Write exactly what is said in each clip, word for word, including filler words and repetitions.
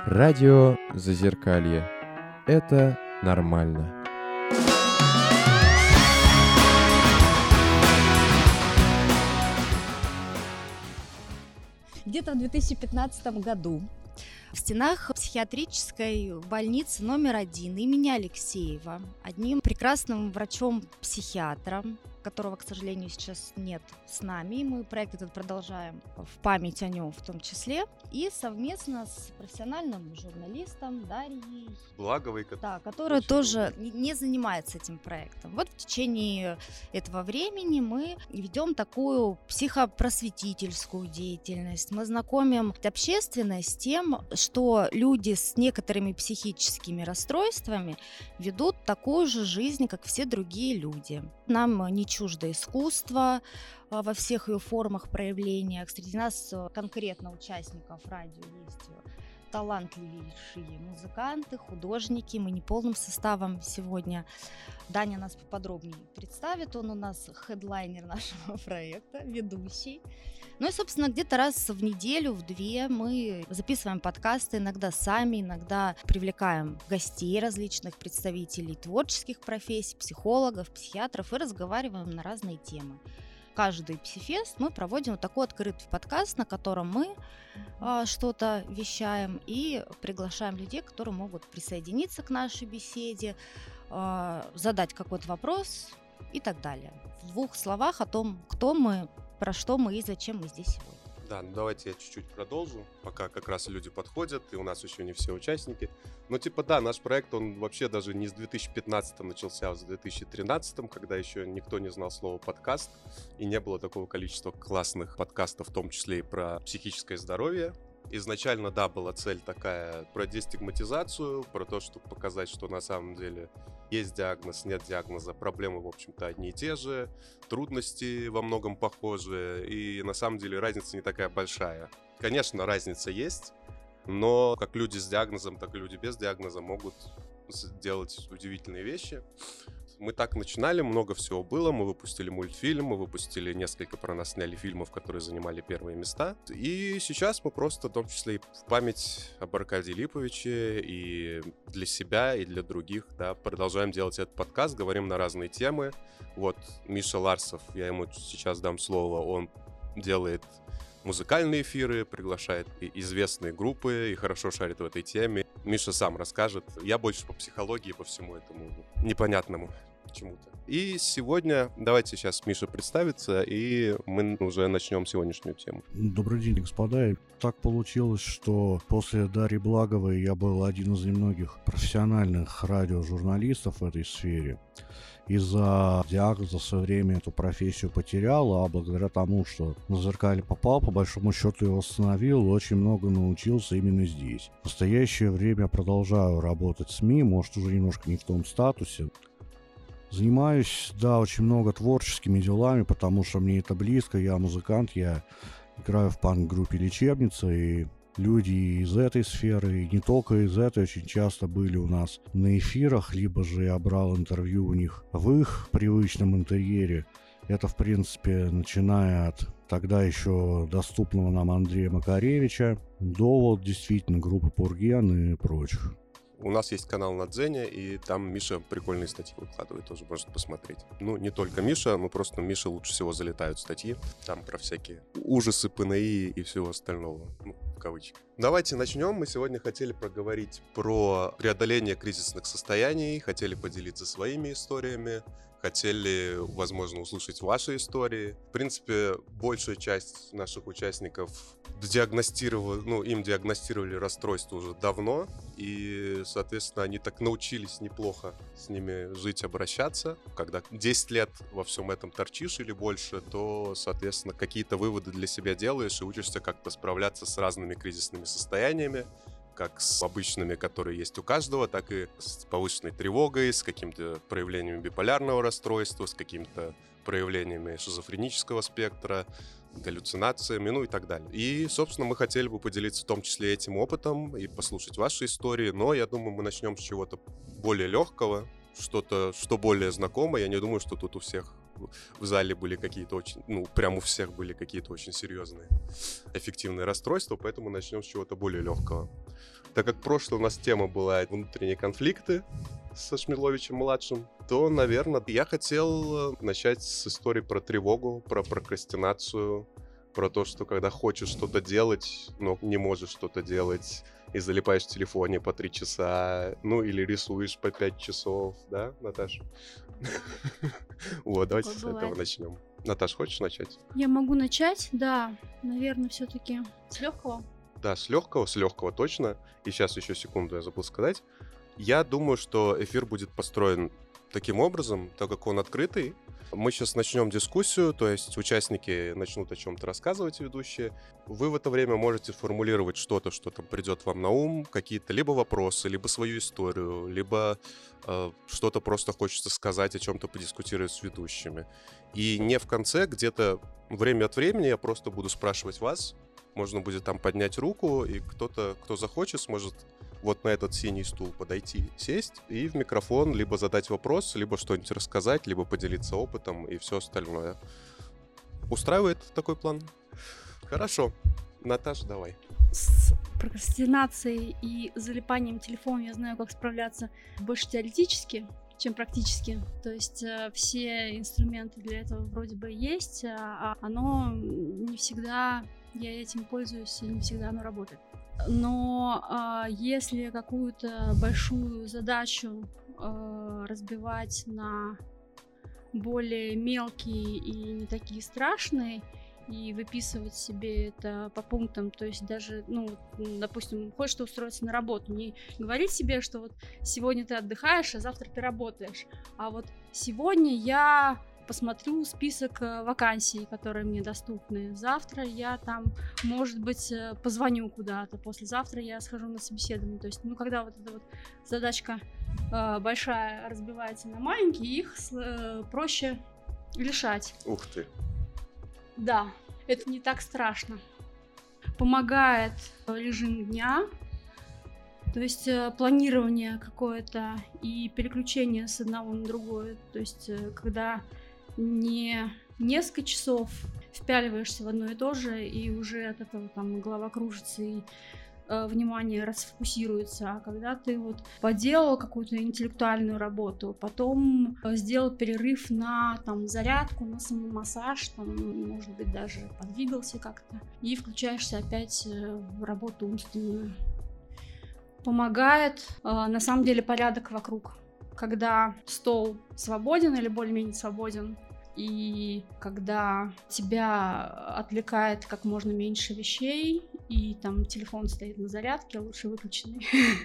Радио Зазеркалье. Это нормально. Где-то в две тысячи пятнадцатом году в стенах психиатрической больницы номер один имени Алексеева одним прекрасным врачом-психиатром, которого, к сожалению, сейчас нет с нами, и мы проект этот продолжаем в память о нем в том числе, и совместно с профессиональным журналистом Дарьей Благовой, да, которая тоже не, не занимается этим проектом. Вот в течение этого времени мы ведем такую психопросветительскую деятельность. Мы знакомим общественность с тем, что люди с некоторыми психическими расстройствами ведут такую же жизнь, как все другие люди. Нам не чуждо искусство во всех ее формах, проявлениях. Среди нас конкретно участников радио есть талантливейшие музыканты, художники. Мы не полным составом сегодня. Даня нас поподробнее представит. Он у нас хедлайнер нашего проекта, ведущий. Ну и, собственно, где-то раз в неделю, в две мы записываем подкасты, иногда сами, иногда привлекаем гостей различных представителей творческих профессий, психологов, психиатров и разговариваем на разные темы. Каждый психфест мы проводим вот такой открытый подкаст, на котором мы э, что-то вещаем и приглашаем людей, которые могут присоединиться к нашей беседе, э, задать какой-то вопрос и так далее. В двух словах о том, кто мы, про что мы и зачем мы здесь сегодня. Да, ну давайте я чуть-чуть продолжу, пока как раз люди подходят, и у нас еще не все участники. Но типа да, наш проект, он вообще даже не с две тысячи пятнадцатого начался, а с две тысячи тринадцатого, когда еще никто не знал слова подкаст, и не было такого количества классных подкастов, в том числе и про психическое здоровье. Изначально, да, была цель такая про дестигматизацию, про то, чтобы показать, что на самом деле есть диагноз, нет диагноза, проблемы, в общем-то, одни и те же, трудности во многом похожи, и на самом деле разница не такая большая. Конечно, разница есть, но как люди с диагнозом, так и люди без диагноза могут делать удивительные вещи. Мы так начинали, много всего было, мы выпустили мультфильм, мы выпустили несколько, про нас сняли фильмов, которые занимали первые места. И сейчас мы просто, в том числе и в память об Аркадии Липовиче, и для себя, и для других, да, продолжаем делать этот подкаст, говорим на разные темы. Вот Миша Ларсов, я ему сейчас дам слово, он делает музыкальные эфиры, приглашает известные группы и хорошо шарит в этой теме. Миша сам расскажет. Я больше по психологии, по всему этому непонятному чему-то. И сегодня, давайте сейчас Миша представится, и мы уже начнем сегодняшнюю тему. Добрый день, господа. Так получилось, что после Дарьи Благовой я был один из немногих профессиональных радиожурналистов в этой сфере. Из-за диагноза в свое время эту профессию потерял, а благодаря тому, что на «Зеркалье» попал, по большому счету его восстановил, очень много научился именно здесь. В настоящее время продолжаю работать в СМИ, может, уже немножко не в том статусе. Занимаюсь, да, очень много творческими делами, потому что мне это близко, я музыкант, я играю в панк-группе «Лечебница», и люди из этой сферы, и не только из этой, очень часто были у нас на эфирах, либо же я брал интервью у них в их привычном интерьере. Это, в принципе, начиная от тогда еще доступного нам Андрея Макаревича до вот действительно группы «Пурген» и прочих. У нас есть канал на Дзене, и там Миша прикольные статьи выкладывает, тоже можете посмотреть. Ну, не только Миша, но просто Миша лучше всего залетают статьи. Там про всякие ужасы ПНИ и всего остального, ну, в кавычках. Давайте начнем. Мы сегодня хотели проговорить про преодоление кризисных состояний, хотели поделиться своими историями, хотели, возможно, услышать ваши истории. В принципе, большая часть наших участников диагностировали, ну, им диагностировали расстройство уже давно, и, соответственно, они так научились неплохо с ними жить, обращаться. Когда десять лет во всем этом торчишь или больше, то, соответственно, какие-то выводы для себя делаешь и учишься как-то справляться с разными кризисными состояниями, как с обычными, которые есть у каждого, так и с повышенной тревогой, с какими-то проявлениями биполярного расстройства, с какими-то проявлениями шизофренического спектра, галлюцинациями, ну и так далее. И, собственно, мы хотели бы поделиться в том числе этим опытом и послушать ваши истории, но я думаю, мы начнем с чего-то более легкого, что-то, что более знакомое. Я не думаю, что тут у всех в зале были какие-то очень, ну, прям у всех были какие-то очень серьезные аффективные расстройства, поэтому начнем с чего-то более легкого. Так как прошлая у нас тема была внутренние конфликты со Шмеловичем-младшим, то, наверное, я хотел начать с истории про тревогу, про прокрастинацию, про то, что когда хочешь что-то делать, но не можешь что-то делать, и залипаешь в телефоне по три часа, ну или рисуешь по пять часов, да, Наташа? Вот, давайте с этого начнем. Наташ, хочешь начать? Я могу начать, да, наверное, все-таки с легкого. Да, с легкого, с легкого точно. И сейчас еще секунду я забыл сказать. Я думаю, что эфир будет построен таким образом, так как он открытый. Мы сейчас начнем дискуссию, то есть участники начнут о чем-то рассказывать, ведущие. Вы в это время можете формулировать что-то, что там придет вам на ум, какие-то либо вопросы, либо свою историю, либо э, что-то просто хочется сказать, о чем-то подискутировать с ведущими. И не в конце, где-то время от времени я просто буду спрашивать вас. Можно будет там поднять руку, и кто-то, кто захочет, сможет вот на этот синий стул подойти, сесть и в микрофон либо задать вопрос, либо что-нибудь рассказать, либо поделиться опытом и все остальное. Устраивает такой план? Хорошо. Наташа, давай. С прокрастинацией и залипанием телефона я знаю, как справляться больше теоретически, чем практически. То есть э, все инструменты для этого вроде бы есть, а оно не всегда, я этим пользуюсь, и не всегда оно работает. Но э, если какую-то большую задачу э, разбивать на более мелкие и не такие страшные, и выписывать себе это по пунктам, то есть даже, ну, допустим, хочешь ты устроиться на работу, не говорить себе, что вот сегодня ты отдыхаешь, а завтра ты работаешь, а вот сегодня я посмотрю список вакансий, которые мне доступны, завтра я там, может быть, позвоню куда-то, послезавтра я схожу на собеседование, то есть, ну, когда вот эта вот задачка э, большая разбивается на маленькие, их э, проще решать. Ух ты. Да, это не так страшно. Помогает режим дня, то есть э, планирование какое-то и переключение с одного на другое. То есть э, когда не несколько часов впяливаешься в одно и то же, и уже от этого там голова кружится и э, внимание расфокусируется, а когда ты вот поделал какую-то интеллектуальную работу, потом э, сделал перерыв на там зарядку, на самомассаж, там, может быть, даже подвигался как-то, и включаешься опять э, в работу умственную. Помогает э, на самом деле порядок вокруг. Когда стол свободен или более-менее свободен, и когда тебя отвлекает как можно меньше вещей, и там телефон стоит на зарядке, лучше выключенный,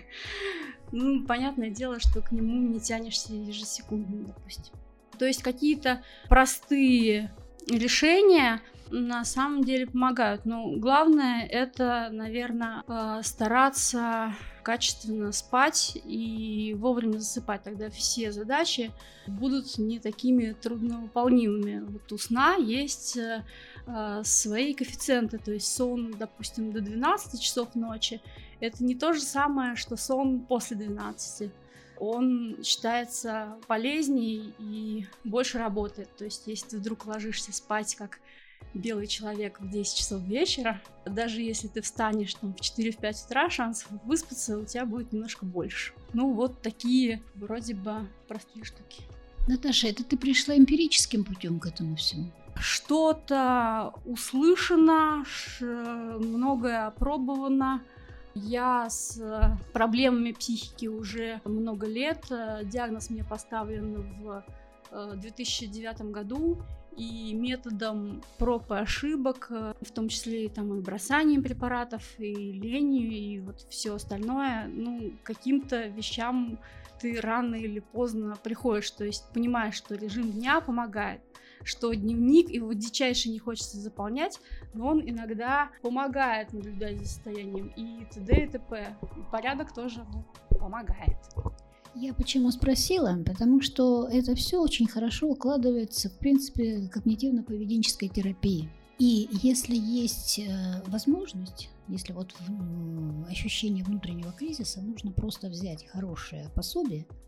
ну, понятное дело, что к нему не тянешься ежесекундно, допустим. То есть какие-то простые решения на самом деле помогают, но главное это, наверное, стараться качественно спать и вовремя засыпать, тогда все задачи будут не такими трудновыполнимыми. Вот у сна есть э, свои коэффициенты, то есть сон, допустим, до двенадцати часов ночи, это не то же самое, что сон после двенадцати. Он считается полезнее и больше работает, то есть если ты вдруг ложишься спать как белый человек в десять часов вечера, даже если ты встанешь там в четыре-пять утра, шансов выспаться у тебя будет немножко больше. Ну вот такие вроде бы простые штуки. Наташа, это ты пришла эмпирическим путем к этому всему? Что-то услышано, многое опробовано. Я с проблемами психики уже много лет. Диагноз мне поставлен в две тысячи девятом году. И методом проб и ошибок, в том числе и, там, и бросанием препаратов, и ленью, и вот все остальное, ну, каким-то вещам ты рано или поздно приходишь, то есть понимаешь, что режим дня помогает, что дневник его дичайше не хочется заполнять, но он иногда помогает наблюдать за состоянием, и т.д. и т.п. И порядок тоже, ну, помогает. Я почему спросила? Потому что это все очень хорошо укладывается, в принципе, когнитивно-поведенческой терапии. И если есть э, возможность, если вот в, ощущение внутреннего кризиса, нужно просто взять хорошее пособие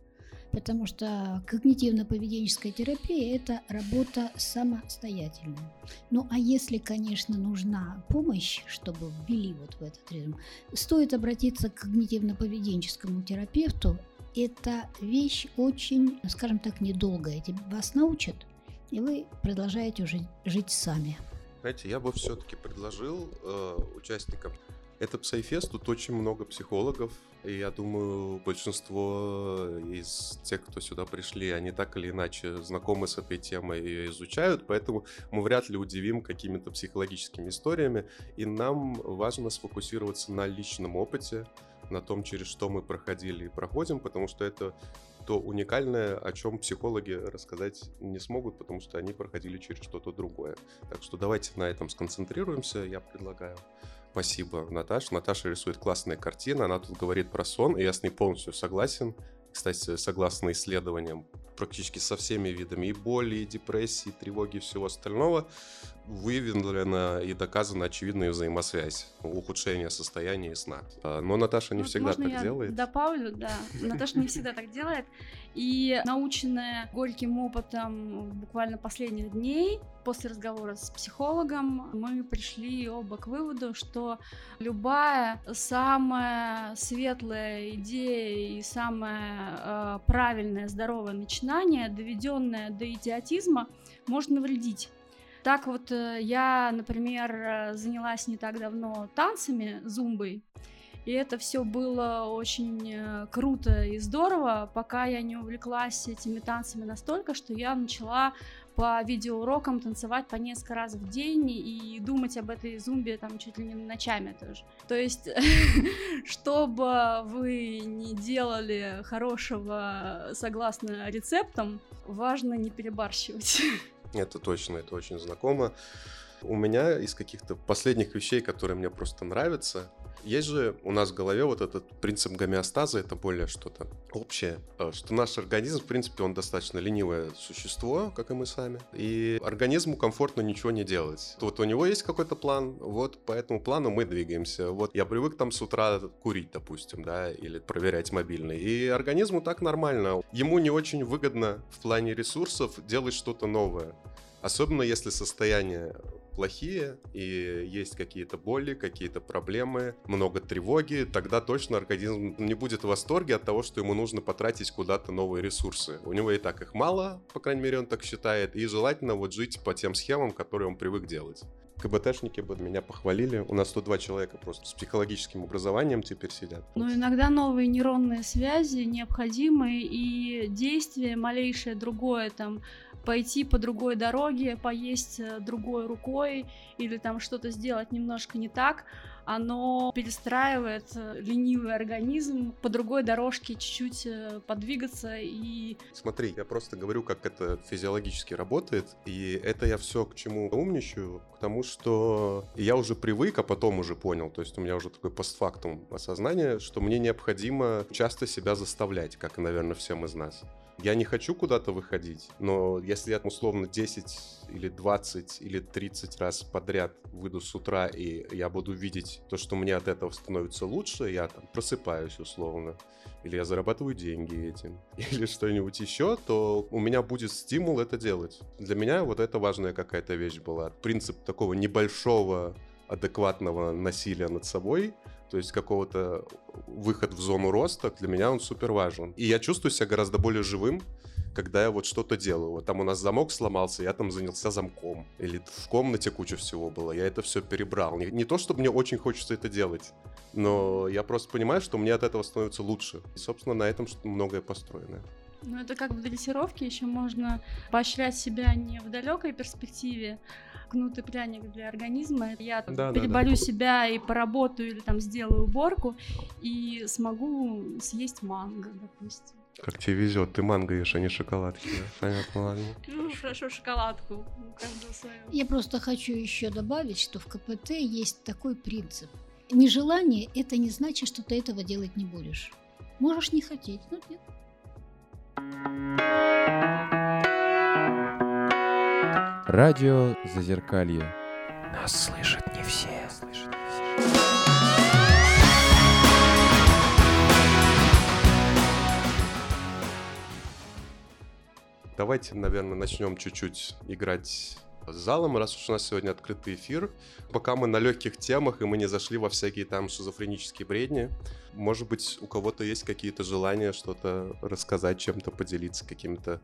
потому что когнитивно-поведенческая терапия – это работа самостоятельная. Ну, а если, конечно, нужна помощь, чтобы ввели вот в этот режим, стоит обратиться к когнитивно-поведенческому терапевту. Это вещь очень, скажем так, недолгая. Вас научат, и вы продолжаете уже жить сами. Знаете, я бы все-таки предложил э, участникам. Это Psyfest, тут очень много психологов, и я думаю, большинство из тех, кто сюда пришли, они так или иначе знакомы с этой темой и ее изучают, поэтому мы вряд ли удивим какими-то психологическими историями, и нам важно сфокусироваться на личном опыте, на том, через что мы проходили и проходим, потому что это то уникальное, о чем психологи рассказать не смогут, потому что они проходили через что-то другое. Так что давайте на этом сконцентрируемся, я предлагаю. Спасибо, Наташа. Наташа рисует классные картины, она тут говорит про сон, и я с ней полностью согласен. Кстати, согласно исследованиям, практически со всеми видами и боли, и депрессии, и тревоги, и всего остального, выявлена и доказана очевидная взаимосвязь ухудшения состояния и сна. Но Наташа не вот всегда можно так я делает. Добавлю, да. Наташа не всегда так делает. И наученная горьким опытом буквально последних дней, после разговора с психологом, мы пришли оба к выводу, что любая самая светлая идея и самое э, правильное, здоровое начинание, доведенное до идиотизма, может навредить. Так вот, я, например, занялась не так давно танцами, зумбой, и это все было очень круто и здорово, пока я не увлеклась этими танцами настолько, что я начала по видеоурокам танцевать по несколько раз в день и думать об этой зумбе там чуть ли не ночами тоже. То есть, что бы вы ни делали хорошего согласно рецептам, важно не перебарщивать. Это точно, это очень знакомо. У меня из каких-то последних вещей, которые мне просто нравятся, есть же у нас в голове вот этот принцип гомеостаза, это более что-то общее, что наш организм, в принципе, он достаточно ленивое существо, как и мы сами, и организму комфортно ничего не делать. Вот у него есть какой-то план, вот по этому плану мы двигаемся. Вот я привык там с утра курить, допустим, да, или проверять мобильный, и организму так нормально. Ему не очень выгодно в плане ресурсов делать что-то новое, особенно если состояние плохие и есть какие-то боли, какие-то проблемы, много тревоги, тогда точно организм не будет в восторге от того, что ему нужно потратить куда-то новые ресурсы. У него и так их мало, по крайней мере, он так считает, и желательно вот жить по тем схемам, которые он привык делать. КБТшники бы меня похвалили. У нас тут два человека просто с психологическим образованием теперь сидят. Но иногда новые нейронные связи необходимы, и действие малейшее другое, там, пойти по другой дороге, поесть другой рукой или там что-то сделать немножко не так, оно перестраивает ленивый организм по другой дорожке чуть-чуть подвигаться и... Смотри, я просто говорю, как это физиологически работает, и это я все к чему умничаю, к тому, что я уже привык, а потом уже понял, то есть у меня уже такой постфактум осознание, что мне необходимо часто себя заставлять, как и, наверное, всем из нас. Я не хочу куда-то выходить, но если я условно десять или двадцать или тридцать раз подряд выйду с утра, и я буду видеть то, что мне от этого становится лучше, я там просыпаюсь условно, или я зарабатываю деньги этим, или что-нибудь еще, то у меня будет стимул это делать. Для меня вот это важная какая-то вещь была. Принцип такого небольшого адекватного насилия над собой, то есть какого-то выход в зону роста, для меня он супер важен. И я чувствую себя гораздо более живым, когда я вот что-то делаю. Вот там у нас замок сломался, я там занялся замком. Или в комнате куча всего было, я это все перебрал. Не, не то, чтобы мне очень хочется это делать, но я просто понимаю, что мне от этого становится лучше. И, собственно, на этом многое построено. Ну, это как в дрессировке, еще можно поощрять себя не в далекой перспективе, кнутый пряник для организма. Я да, переболю да, да. себя и поработаю, или там сделаю уборку, и смогу съесть манго, допустим. Как тебе везет, ты манго ешь, а не шоколадки. Понятно, ладно. Ну, хорошо, шоколадку. Каждого свое. Я просто хочу еще добавить, что в КПТ есть такой принцип. Нежелание – это не значит, что ты этого делать не будешь. Можешь не хотеть, но нет. Радио Зазеркалье. Нас слышат не все. Давайте, наверное, начнем чуть-чуть играть с залом, раз уж у нас сегодня открытый эфир. Пока мы на легких темах, и мы не зашли во всякие там шизофренические бредни, может быть, у кого-то есть какие-то желания что-то рассказать, чем-то поделиться, какими-то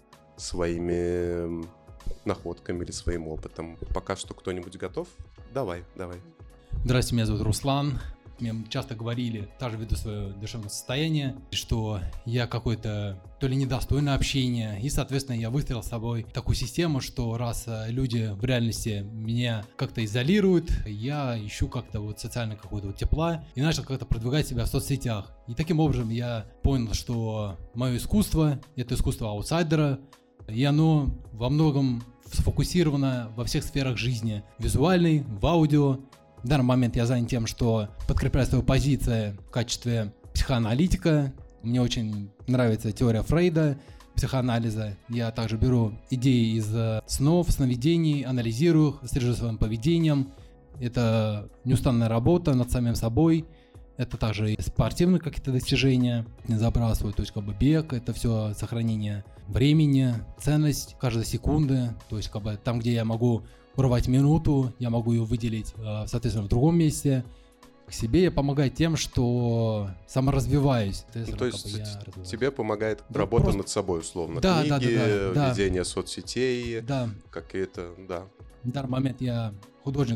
своими находками или своим опытом. Пока что кто-нибудь готов? Давай, давай. Здравствуйте, меня зовут Руслан. Мне часто говорили, также ввиду своего душевного состояния, что я какой-то то ли недостойный общения, и, соответственно, я выстроил с собой такую систему, что раз люди в реальности меня как-то изолируют, я ищу как-то вот социально какого-то вот тепла и начал как-то продвигать себя в соцсетях. И таким образом я понял, что мое искусство — это искусство аутсайдера, и оно во многом сфокусировано во всех сферах жизни: визуальной, в аудио. В данный момент я занят тем, что подкрепляю свою позицию в качестве психоаналитика. Мне очень нравится теория Фрейда, психоанализа. Я также беру идеи из снов, сновидений, анализирую их, слежу за своим поведением. Это неустанная работа над самим собой. Это также и спортивные какие-то достижения, не забрасываю, то есть как бы бег, это все сохранение времени, ценность каждой секунды, то есть как бы там, где я могу урвать минуту, я могу ее выделить, соответственно, в другом месте. К себе я помогаю тем, что саморазвиваюсь. Ну, то есть тебе помогает да, работа просто... над собой, условно. Да, Книги, да, да, да, ведение да. соцсетей, да. какие-то, да. В данный момент я художник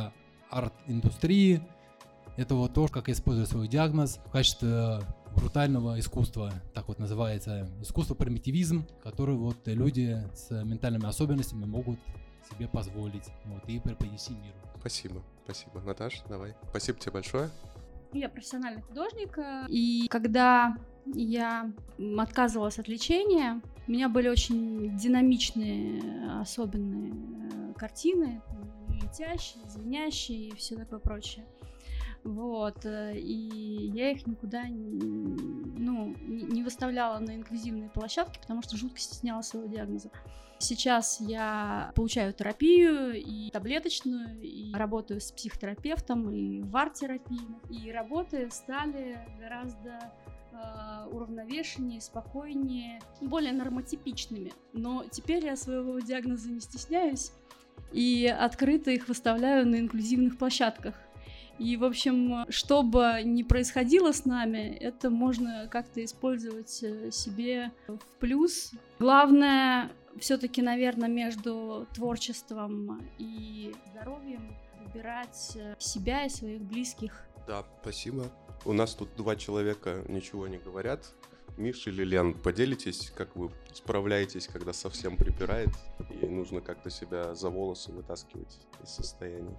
крипто-арт-индустрии. Это вот то, как я использую свой диагноз в качестве брутального искусства. Так вот называется искусство-примитивизм, который вот люди с ментальными особенностями могут себе позволить, вот, и преподнести миру. Спасибо, спасибо. Наташ, давай. Спасибо тебе большое. Я профессиональный художник, и когда я отказывалась от лечения, у меня были очень динамичные, особенные картины, летящие, звенящие и все такое прочее. Вот, и я их никуда не, ну, не выставляла на инклюзивные площадки, потому что жутко стеснялась своего диагноза. Сейчас я получаю терапию и таблеточную, и работаю с психотерапевтом, и в арт-терапии, и работы стали гораздо э, уравновешеннее, спокойнее, более нормотипичными. Но теперь я своего диагноза не стесняюсь и открыто их выставляю на инклюзивных площадках. И, в общем, что бы ни происходило с нами, это можно как-то использовать себе в плюс. Главное, все-таки, наверное, между творчеством и здоровьем выбирать себя и своих близких. Да, спасибо. У нас тут два человека ничего не говорят. Миша или Лен, поделитесь, как вы справляетесь, когда совсем припирает, и нужно как-то себя за волосы вытаскивать из состояния?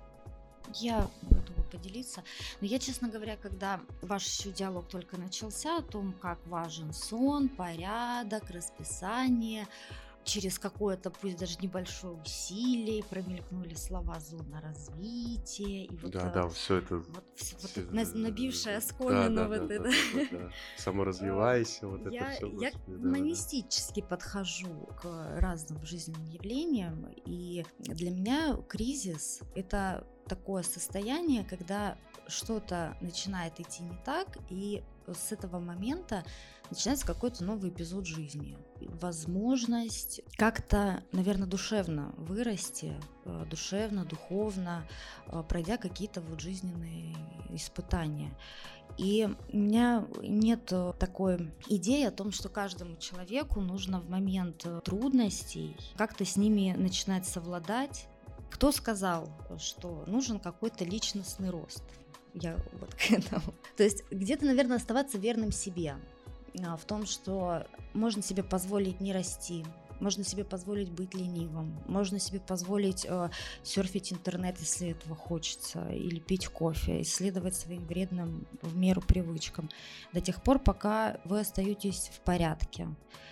Я готова поделиться. Но я, честно говоря, когда ваш еще диалог только начался о том, как важен сон, порядок, расписание, через какое-то, пусть даже небольшое усилие, промелькнули слова «зона развития». И вот, да, да, все это... Вот, все, вот это набившая оскомину, да, да, вот да, это. Да, да, да. Саморазвивайся, вот я, это все. Я гуманистически да, да. подхожу к разным жизненным явлениям, и для меня кризис — это такое состояние, когда что-то начинает идти не так, и с этого момента начинается какой-то новый эпизод жизни. Возможность как-то, наверное, душевно вырасти, душевно, духовно, пройдя какие-то вот жизненные испытания. И у меня нет такой идеи о том, что каждому человеку нужно в момент трудностей как-то с ними начинать совладать. Кто сказал, что нужен какой-то личностный рост? Я вот к этому. То есть где-то, наверное, оставаться верным себе, в том, что можно себе позволить не расти, можно себе позволить быть ленивым, можно себе позволить э, серфить интернет, если этого хочется, или пить кофе, исследовать своим вредным в меру привычкам, до тех пор, пока вы остаетесь в порядке.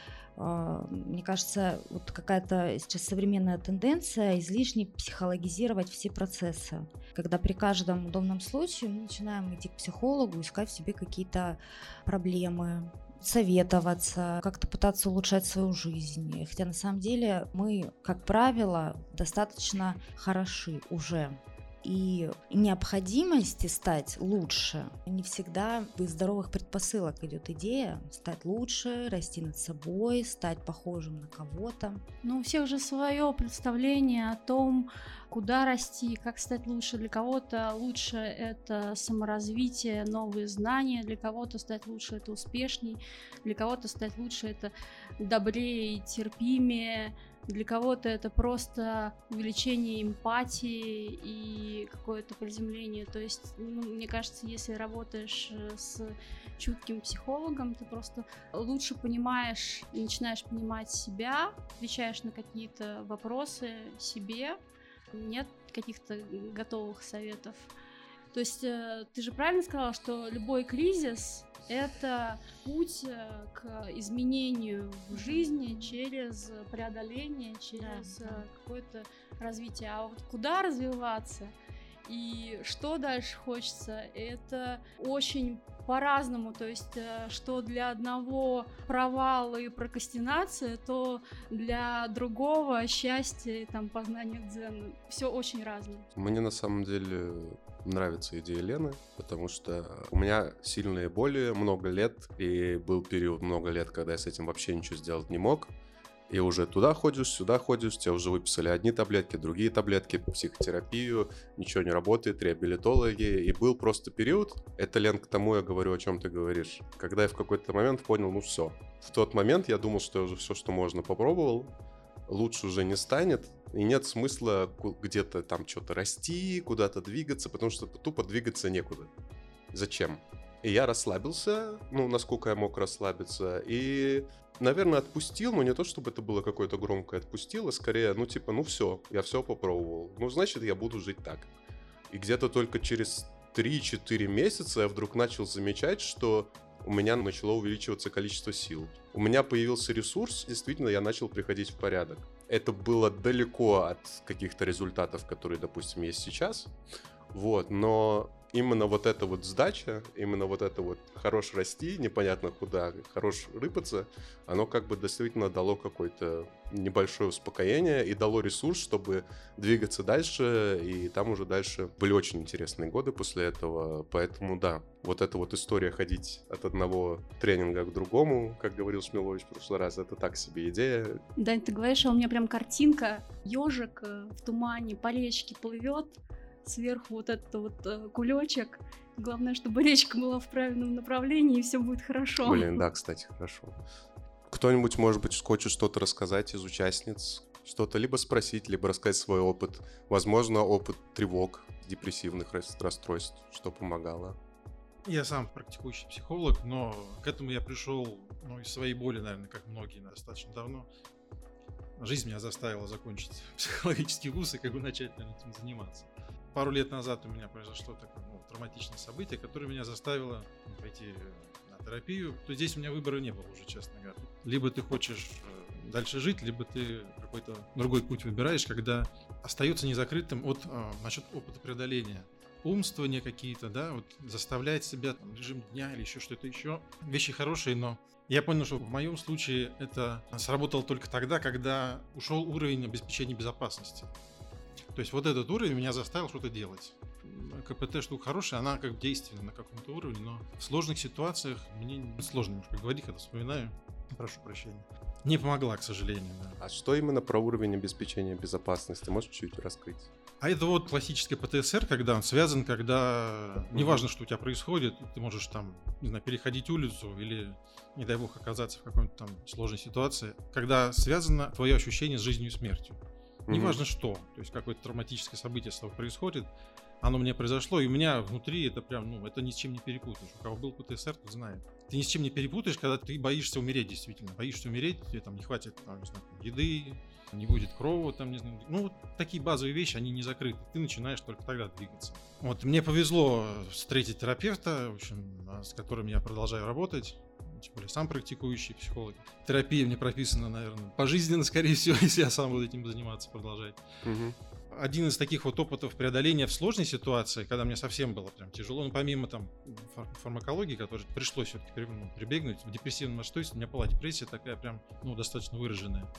Мне кажется, вот какая-то сейчас современная тенденция излишне психологизировать все процессы, когда при каждом удобном случае мы начинаем идти к психологу, искать в себе какие-то проблемы, советоваться, как-то пытаться улучшать свою жизнь. Хотя на самом деле мы, как правило, достаточно хороши уже. и необходимости стать лучше. Не всегда из здоровых предпосылок идет идея стать лучше, расти над собой, стать похожим на кого-то. Ну, у всех же свое представление о том, куда расти, как стать лучше. Для кого-то лучше — это саморазвитие, новые знания, для кого-то стать лучше — это успешней, для кого-то стать лучше — это добрее и терпимее, для кого-то это просто увеличение эмпатии и какое-то приземление. То есть, ну, мне кажется, если работаешь с чутким психологом, ты просто лучше понимаешь и начинаешь понимать себя, отвечаешь на какие-то вопросы себе, нет каких-то готовых советов. То есть ты же правильно сказала, что любой кризис — это путь к изменению в жизни через преодоление, через да. какое-то развитие. А вот куда развиваться и что дальше хочется, это очень по-разному. То есть, что для одного провал и прокрастинация, то для другого счастье и там познание дзена. Все очень разное. Мне на самом деле нравится идея Лены, потому что у меня сильные боли много лет, и был период много лет, когда я с этим вообще ничего сделать не мог. И уже туда ходишь, сюда ходишь, тебе уже выписали одни таблетки, другие таблетки, психотерапию, ничего не работает, реабилитологи. И был просто период, это, Лен, к тому я говорю, о чем ты говоришь, когда я в какой-то момент понял, ну все. В тот момент я думал, что я уже все, что можно, попробовал, лучше уже не станет, и нет смысла где-то там что-то расти, куда-то двигаться, потому что тупо двигаться некуда. Зачем? И я расслабился, ну, насколько я мог расслабиться, и, наверное, отпустил, но не то, чтобы это было какое-то громкое отпустил, а скорее, ну, типа, ну, все, я все попробовал, ну, значит, я буду жить так. И где-то только через три-четыре месяца я вдруг начал замечать, что у меня начало увеличиваться количество сил. У меня появился ресурс, действительно, я начал приходить в порядок. Это было далеко от каких-то результатов, которые, допустим, есть сейчас, вот, но именно вот эта вот сдача, именно вот это вот хорош расти, непонятно куда, хорош рыпаться, оно как бы действительно дало какое-то небольшое успокоение и дало ресурс, чтобы двигаться дальше, и там уже дальше были очень интересные годы после этого, поэтому да, вот эта вот история ходить от одного тренинга к другому, как говорил Шмилович в прошлый раз, это так себе идея. Дань, ты говоришь, а у меня прям картинка, ежик в тумане по речке плывет, сверху вот этот вот э, кулечек. Главное, чтобы речка была в правильном направлении, и все будет хорошо. Блин, да, кстати, хорошо. Кто-нибудь, может быть, хочет что-то рассказать из участниц? Что-то либо спросить, либо рассказать свой опыт. Возможно, опыт тревог, депрессивных расстройств, что помогало. Я сам практикующий психолог, но к этому я пришел, ну, из своей боли, наверное, как многие, достаточно давно. Жизнь меня заставила закончить психологический вуз и как бы начать, наверное, этим заниматься. Пару лет назад у меня произошло такое, ну, травматичное событие, которое меня заставило пойти на терапию. То здесь у меня выбора не было уже, честно говоря. Либо ты хочешь дальше жить, либо ты какой-то другой путь выбираешь, когда остается незакрытым от, а, насчет опыта преодоления. Умствования какие-то, да, вот заставлять себя, там, режим дня или еще что-то еще. Вещи хорошие, но я понял, что в моем случае это сработало только тогда, когда ушел уровень обеспечения безопасности. То есть вот этот уровень меня заставил что-то делать. КПТ штука хорошая, она как действенна на каком-то уровне, но в сложных ситуациях мне сложно немножко говорить, когда вспоминаю. Прошу прощения. Не помогла, к сожалению. Да. А что именно про уровень обеспечения безопасности? Можешь чуть раскрыть? А это вот классический ПТСР, когда он связан, когда неважно, что у тебя происходит, ты можешь там, не знаю, переходить улицу или, не дай бог, оказаться в какой-то там сложной ситуации, когда связано твое ощущение с жизнью и смертью. Неважно что, то есть какое-то травматическое событие с тобой происходит, оно мне произошло, и у меня внутри это прям, ну, это ни с чем не перепутаешь. У кого был ПТСР, тот знает. Ты ни с чем не перепутаешь, когда ты боишься умереть, действительно. Боишься умереть, тебе там не хватит, там, не знаю, еды, не будет крови, там, не знаю. Ну, вот такие базовые вещи, они не закрыты. Ты начинаешь только тогда двигаться. Вот, мне повезло встретить терапевта, в общем, с которым я продолжаю работать. Тем более сам практикующий психолог. Терапия мне прописана, наверное, пожизненно, скорее всего, если я сам буду этим заниматься, продолжать. Угу. Один из таких вот опытов преодоления в сложной ситуации, когда мне совсем было прям тяжело, ну, помимо там фармакологии, которой пришлось все-таки прибегнуть, в депрессивном расстройстве, у меня была депрессия такая прям, ну, достаточно выраженная.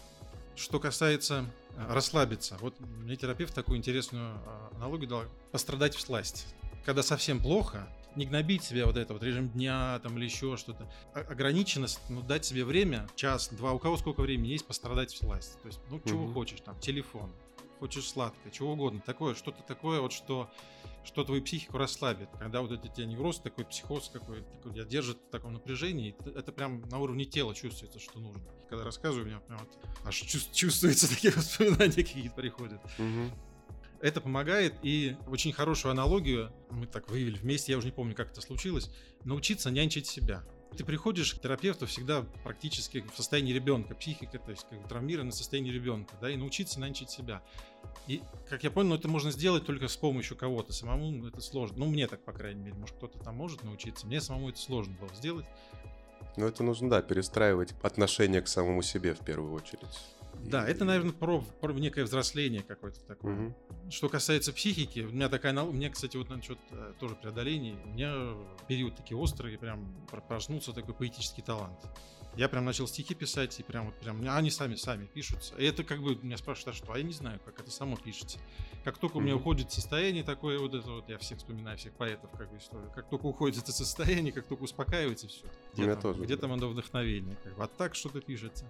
Что касается расслабиться. Вот мне терапевт такую интересную аналогию дал. Пострадать всласть. Когда совсем плохо, не гнобить себя вот это вот режим дня там или еще что-то. Ограниченность, ну, дать себе время, час, два, у кого сколько времени есть, пострадать всласть. То есть, ну, угу. чего хочешь, там, телефон, хочешь сладкое, чего угодно. Такое, что-то такое вот, что, что твою психику расслабит. Когда вот эти невроз, такой психоз какой-то, такой, тебя держит в таком напряжении, это, это прям на уровне тела чувствуется, что нужно. Когда рассказываю, у меня прям вот аж чувствуется, такие воспоминания какие-то приходят. Угу. Это помогает, и очень хорошую аналогию мы так выявили вместе, я уже не помню, как это случилось, научиться нянчить себя. Ты приходишь к терапевту всегда практически в состоянии ребенка, психика, то есть как бы травмированное состояние ребенка, да, и научиться нянчить себя. И, как я понял, это можно сделать только с помощью кого-то, самому это сложно. Ну, мне так, по крайней мере, может, кто-то там может научиться, мне самому это сложно было сделать. Ну, это нужно, да, перестраивать отношение к самому себе в первую очередь. Да, это, наверное, про, про некое взросление какое-то такое. Угу. Что касается психики, у меня такая, у меня, кстати, вот насчет тоже преодоления, у меня период такие острые, прям проснулся такой поэтический талант. Я прям начал стихи писать, и прям вот прям, они сами сами пишутся. И это как бы меня спрашивают, а что? А я не знаю, как это само пишется. Как только у меня уходит состояние такое, вот это вот, я всех вспоминаю, всех поэтов, как бы историю. Как только уходит это состояние, как только успокаивается, все. Где, там, тоже, где да. там оно вдохновение? Как бы, а так что-то пишется.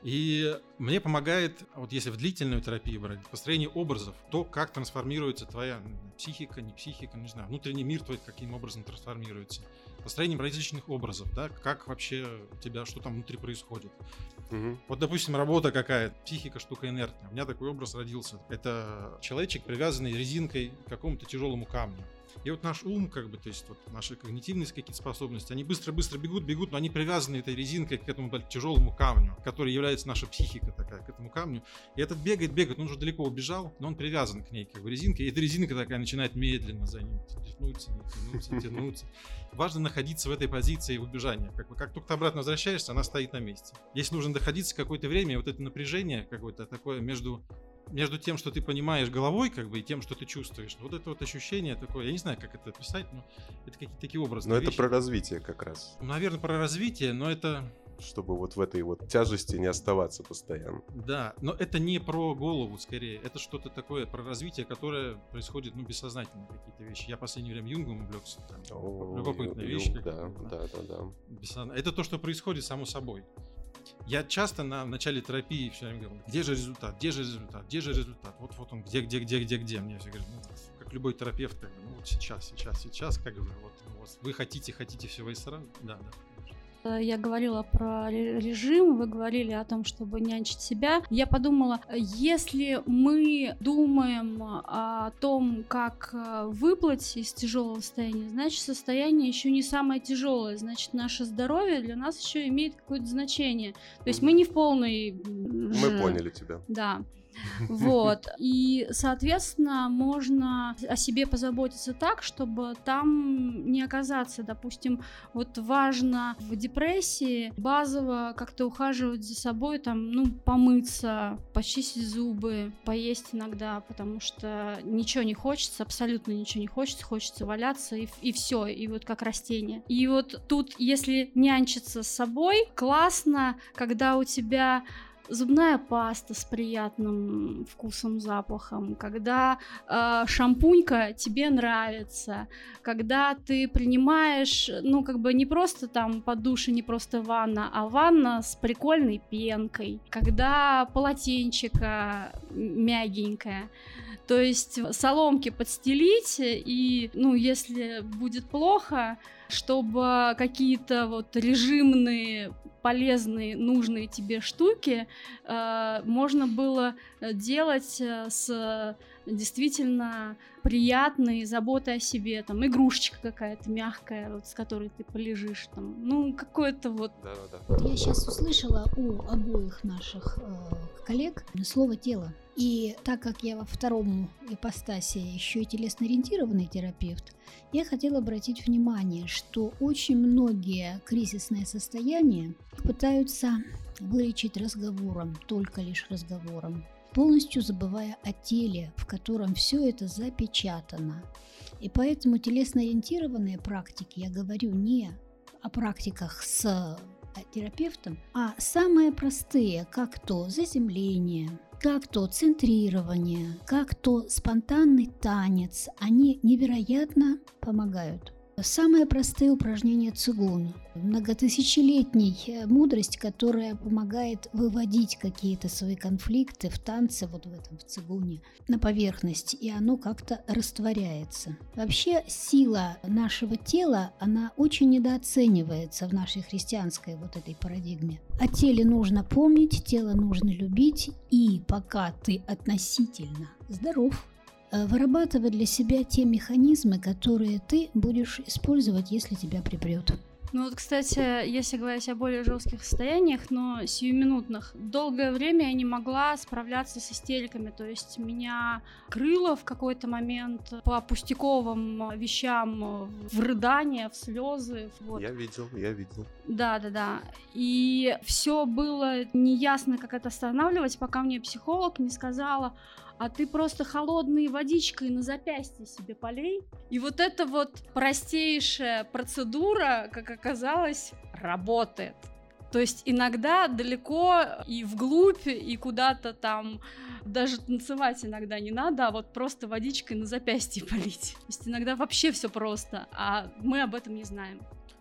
И мне помогает, вот если в длительную терапию брать, построение образов, то, как трансформируется твоя психика, не психика, не знаю, внутренний мир твой каким образом трансформируется. Построением различных образов, да, как вообще у тебя, что там внутри происходит. Угу. Вот, допустим, работа какая-то, психика штука инертная. У меня такой образ родился. Это человечек, привязанный резинкой к какому-то тяжелому камню. И вот наш ум, как бы, то есть вот наши когнитивные какие-то способности, они быстро-быстро бегут, бегут, но они привязаны этой резинкой к этому тяжелому камню, который является наша психика такая, к этому камню. И этот бегает, бегает, он уже далеко убежал, но он привязан к ней, как бы, резинкой. И эта резинка такая начинает медленно за ним тянуться, тянуться, тянуться. Важно находиться в этой позиции убежания. Как бы, как только ты обратно возвращаешься, она стоит на месте. Если нужно доходиться какое-то время, вот это напряжение какое-то такое между... между тем, что ты понимаешь головой, как бы, и тем, что ты чувствуешь. Вот это вот ощущение такое, я не знаю, как это описать, но это какие-то такие образы. Но вещи. Это про развитие как раз. Наверное, про развитие, но это... Чтобы вот в этой вот тяжести не оставаться постоянно. Да, но это не про голову, скорее. Это что-то такое про развитие, которое происходит, ну, бессознательно, какие-то вещи. Я в последнее время Юнгом увлекся. Там, О, любопытная Юнг, вещь. Да, да, да, да. Бессозна... Это то, что происходит само собой. Я часто на в начале терапии все время говорил, где же результат, где же результат, где же результат, вот вот он, где, где, где, где, где. Мне все говорят, ну, как любой терапевт, как бы, ну вот сейчас, сейчас, сейчас, как бы, вот, вот вы хотите, хотите всего и сразу, да, да. Я говорила про режим, вы говорили о том, чтобы нянчить себя. Я подумала, если мы думаем о том, как выплыть из тяжелого состояния, значит, состояние еще не самое тяжелое, значит, наше здоровье для нас еще имеет какое-то значение. То есть мы не в полной... Мы поняли тебя. Да. Вот. И, соответственно, можно о себе позаботиться так, чтобы там не оказаться. Допустим, вот важно в депрессии базово как-то ухаживать за собой, там, ну, помыться, почистить зубы, поесть иногда, потому что ничего не хочется, абсолютно ничего не хочется, хочется валяться и, и все, и вот как растение. И вот тут, если нянчиться с собой, классно, когда у тебя зубная паста с приятным вкусом, запахом, когда э, шампунька тебе нравится, когда ты принимаешь, ну, как бы не просто там под душ и не просто ванна, а ванна с прикольной пенкой, когда полотенчика мягенькое. То есть соломки подстелить, и, ну, если будет плохо, чтобы какие-то вот режимные, полезные, нужные тебе штуки э, можно было делать с действительно приятной заботой о себе, там, игрушечка какая-то мягкая, вот, с которой ты полежишь, там, ну, какое-то вот... Да-да-да. Вот я сейчас услышала у обоих наших э, коллег слово «тело». И так как я во втором ипостасе еще и телесно-ориентированный терапевт, я хотела обратить внимание, что очень многие кризисные состояния пытаются вылечить разговором, только лишь разговором, полностью забывая о теле, в котором все это запечатано. И поэтому телесно-ориентированные практики, я говорю не о практиках с терапевтам, а самые простые, как то заземление, как то центрирование, как то спонтанный танец, они невероятно помогают. Самые простые упражнения цигун, многотысячелетняя мудрость, которая помогает выводить какие-то свои конфликты в танце, вот в этом, в цигуне, на поверхность, и оно как-то растворяется. Вообще сила нашего тела, она очень недооценивается в нашей христианской вот этой парадигме. О теле нужно помнить, тело нужно любить, и пока ты относительно здоров, вырабатывай для себя те механизмы, которые ты будешь использовать, если тебя припрет. Ну вот, кстати, если говорить о более жестких состояниях, но сиюминутных, долгое время я не могла справляться с истериками, то есть меня крыло в какой-то момент по пустяковым вещам в рыдания, в слезы. Вот. Я видел, я видел. Да-да-да. И все было неясно, как это останавливать, пока мне психолог не сказала: а ты просто холодной водичкой на запястье себе полей. И вот эта вот простейшая процедура, как оказалось, работает. То есть иногда далеко и вглубь, и куда-то там даже танцевать иногда не надо, а вот просто водичкой на запястье полить. То есть иногда вообще все просто, а мы об этом не знаем.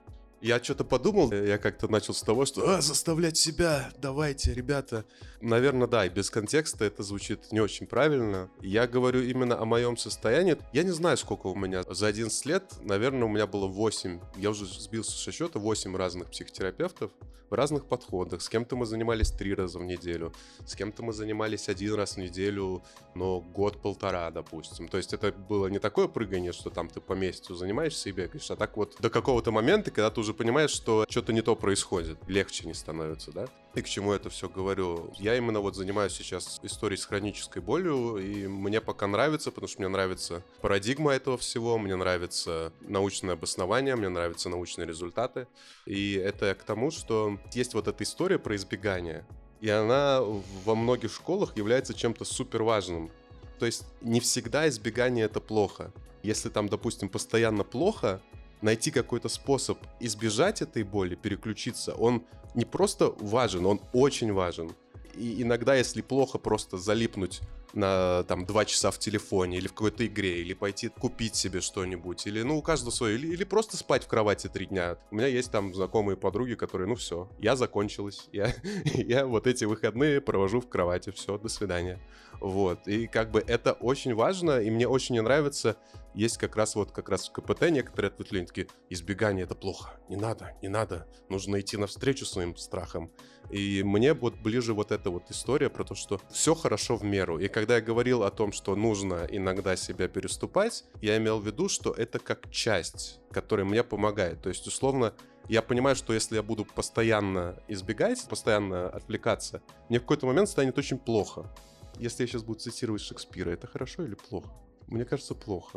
Я что-то подумал, я как-то начал с того, что а, заставлять себя, давайте, ребята. Наверное, да, и без контекста это звучит не очень правильно. Я говорю именно о моем состоянии. Я не знаю, сколько у меня. За одиннадцать лет, наверное, у меня было восемь. Я уже сбился со счета, восемь разных психотерапевтов в разных подходах. С кем-то мы занимались три раза в неделю, с кем-то мы занимались один раз в неделю, но год-полтора, допустим. То есть это было не такое прыгание, что там ты по месяцу занимаешься и бегаешь, а так вот до какого-то момента, когда ты уже понимаешь, что что-то не то происходит, легче не становится, да? И к чему это все говорю? Я именно вот занимаюсь сейчас историей с хронической болью, и мне пока нравится, потому что мне нравится парадигма этого всего, мне нравится научное обоснование, мне нравятся научные результаты. И это к тому, что есть вот эта история про избегание, и она во многих школах является чем-то супер важным. То есть не всегда избегание — это плохо. Если там, допустим, постоянно плохо, найти какой-то способ избежать этой боли, переключиться, он не просто важен, он очень важен. И иногда, если плохо просто залипнуть на там два часа в телефоне или в какой-то игре, или пойти купить себе что-нибудь, или, ну, у каждого свое, или, или просто спать в кровати три дня. У меня есть там знакомые подруги, которые, ну, все, я закончилась, я, я вот эти выходные провожу в кровати, все, до свидания. Вот, и как бы это очень важно, и мне очень не нравится, есть как раз вот как раз в ка пэ тэ некоторые ответвления такие: избегание — это плохо, не надо, не надо, нужно идти навстречу своим страхам. И мне вот ближе вот эта вот история про то, что все хорошо в меру. И когда я говорил о том, что нужно иногда себя переступать, я имел в виду, что это как часть, которая мне помогает. То есть, условно, я понимаю, что если я буду постоянно избегать, постоянно отвлекаться, мне в какой-то момент станет очень плохо. Если я сейчас буду цитировать Шекспира, это хорошо или плохо? Мне кажется, плохо.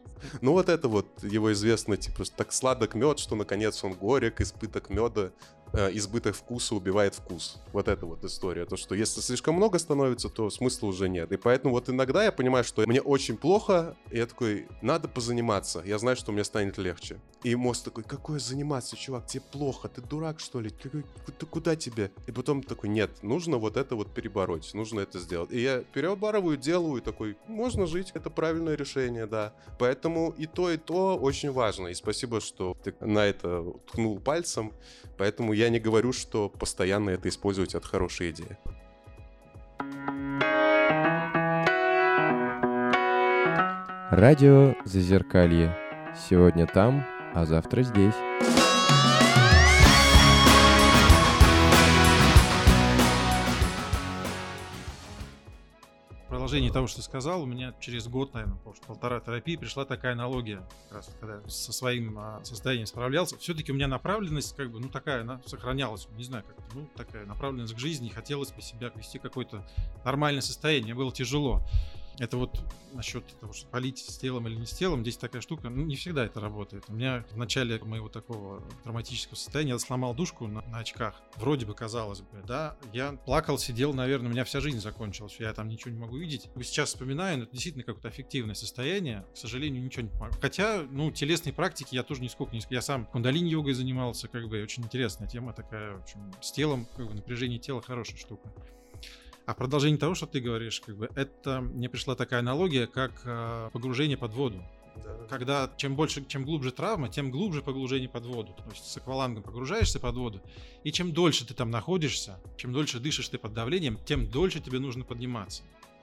Ну вот это вот его известно, типа, так сладок мед, что наконец он горек, избыток меда, э, избыток вкуса убивает вкус. Вот эта вот история. То, что если слишком много становится, то смысла уже нет. И поэтому вот иногда я понимаю, что мне очень плохо, и я такой: надо позаниматься. Я знаю, что мне станет легче. И мозг такой: какое заниматься, чувак, тебе плохо, ты дурак, что ли? Какой, ты, куда тебе? И потом такой: нет, нужно вот это вот перебороть, нужно это сделать. И я перебарываю, делаю, и такой: можно жить, это правильное решение, да. Поэтому и то, и то очень важно. И спасибо, что ты на это ткнул пальцем. Поэтому я не говорю, что постоянно это использовать — это хорошая идея. Радио Зазеркалье. Сегодня там, а завтра здесь. В продолжении того, что ты сказал, у меня через год, наверное, полтора терапии пришла такая аналогия, как раз когда я со своим а, состоянием справлялся. Все-таки у меня направленность, как бы, ну, такая, она сохранялась, не знаю, как, ну, такая направленность к жизни, хотелось бы себя вести в какое-то нормальное состояние, мне было тяжело. Это вот насчет того, что полить с телом или не с телом, здесь такая штука, ну, не всегда это работает. У меня в начале моего такого травматического состояния я сломал дужку на, на очках. Вроде бы, казалось бы, да. Я плакал, сидел, наверное, у меня вся жизнь закончилась, я там ничего не могу видеть. Сейчас вспоминаю, но это действительно какое-то аффективное состояние. К сожалению, ничего не помогает. Хотя, ну, телесной практики я тоже нисколько не... Я сам кундалини-йогой занимался, как бы, очень интересная тема такая, в общем, с телом, как бы, напряжение тела хорошая штука. А продолжение того, что ты говоришь, как бы, это мне пришла такая аналогия, как э, погружение под воду. Да. Когда чем больше, чем глубже травма, тем глубже погружение под воду. То есть с аквалангом погружаешься под воду, и чем дольше ты там находишься, чем дольше дышишь ты под давлением, тем дольше тебе нужно подниматься.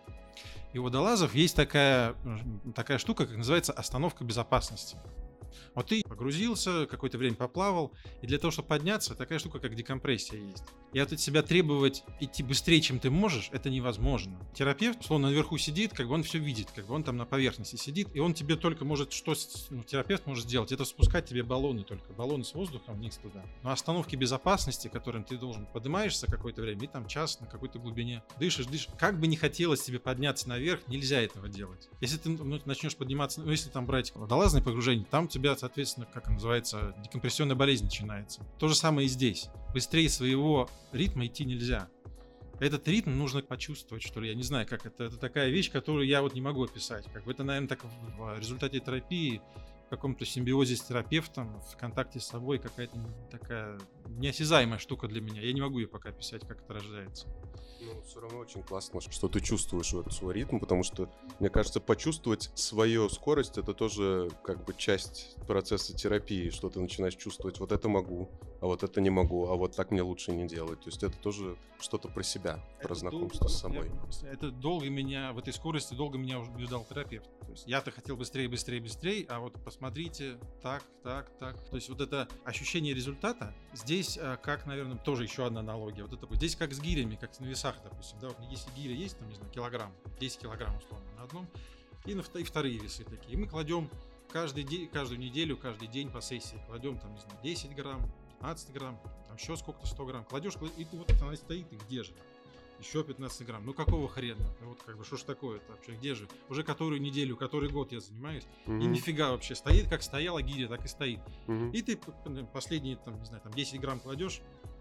И у водолазов есть такая, такая штука, как называется остановка безопасности. Вот ты погрузился, какое-то время поплавал, и для того, чтобы подняться, такая штука, как декомпрессия есть. И от себя требовать идти быстрее, чем ты можешь, это невозможно. Терапевт, условно, наверху сидит, как бы он все видит, как бы он там на поверхности сидит, и он тебе только может, что ну, терапевт может сделать, это спускать тебе баллоны только, баллоны с воздухом вниз туда. Но остановки безопасности, которым ты должен, поднимаешься какое-то время, и там час на какой-то глубине, дышишь, дышишь. Как бы не хотелось тебе подняться наверх, нельзя этого делать. Если ты ну, начнешь подниматься, ну, если там брать водолазное погружение, там у тебя, соответственно, как называется, декомпрессионная болезнь начинается. То же самое и здесь. Быстрее своего ритма идти нельзя. Этот ритм нужно почувствовать, что ли, я не знаю, как это. Это такая вещь, которую я вот не могу описать. Как бы это, наверное, так в результате терапии, в каком-то симбиозе с терапевтом, в контакте с собой какая-то такая неосязаемая штука для меня. Я не могу ее пока описать, как это рождается. Ну, все равно очень классно, что ты чувствуешь вот свой ритм, потому что, мне кажется, почувствовать свою скорость — это тоже как бы часть процесса терапии, что ты начинаешь чувствовать: вот это могу, а вот это не могу, а вот так мне лучше не делать. То есть это тоже что-то про себя, про это знакомство долго, с собой. Я, это долго меня, в этой скорости долго меня убеждал терапевт. То есть я-то хотел быстрее, быстрее, быстрее, а вот посмотрите, так, так, так. То есть вот это ощущение результата, здесь, как, наверное, тоже еще одна аналогия. Вот это здесь как с гирями, как на весах, допустим, да, вот если гиря есть, там, не знаю, килограмм, десять килограмм, условно, на одном, и, на, и вторые весы такие. И мы кладем каждый день, каждую неделю, каждый день по сессии, кладем, там, не знаю, десять грамм, пятнадцать грамм, там еще сколько-то, сто грамм, кладешь, и ты вот она стоит, и где же? Еще пятнадцать грамм. Ну какого хрена? Вот как бы, что ж такое-то вообще? Где же? Уже которую неделю, который год я занимаюсь, mm-hmm. и нифига вообще. Стоит, как стояла гиря, так и стоит. Mm-hmm. И ты последние, там, не знаю, там десять грамм кладешь,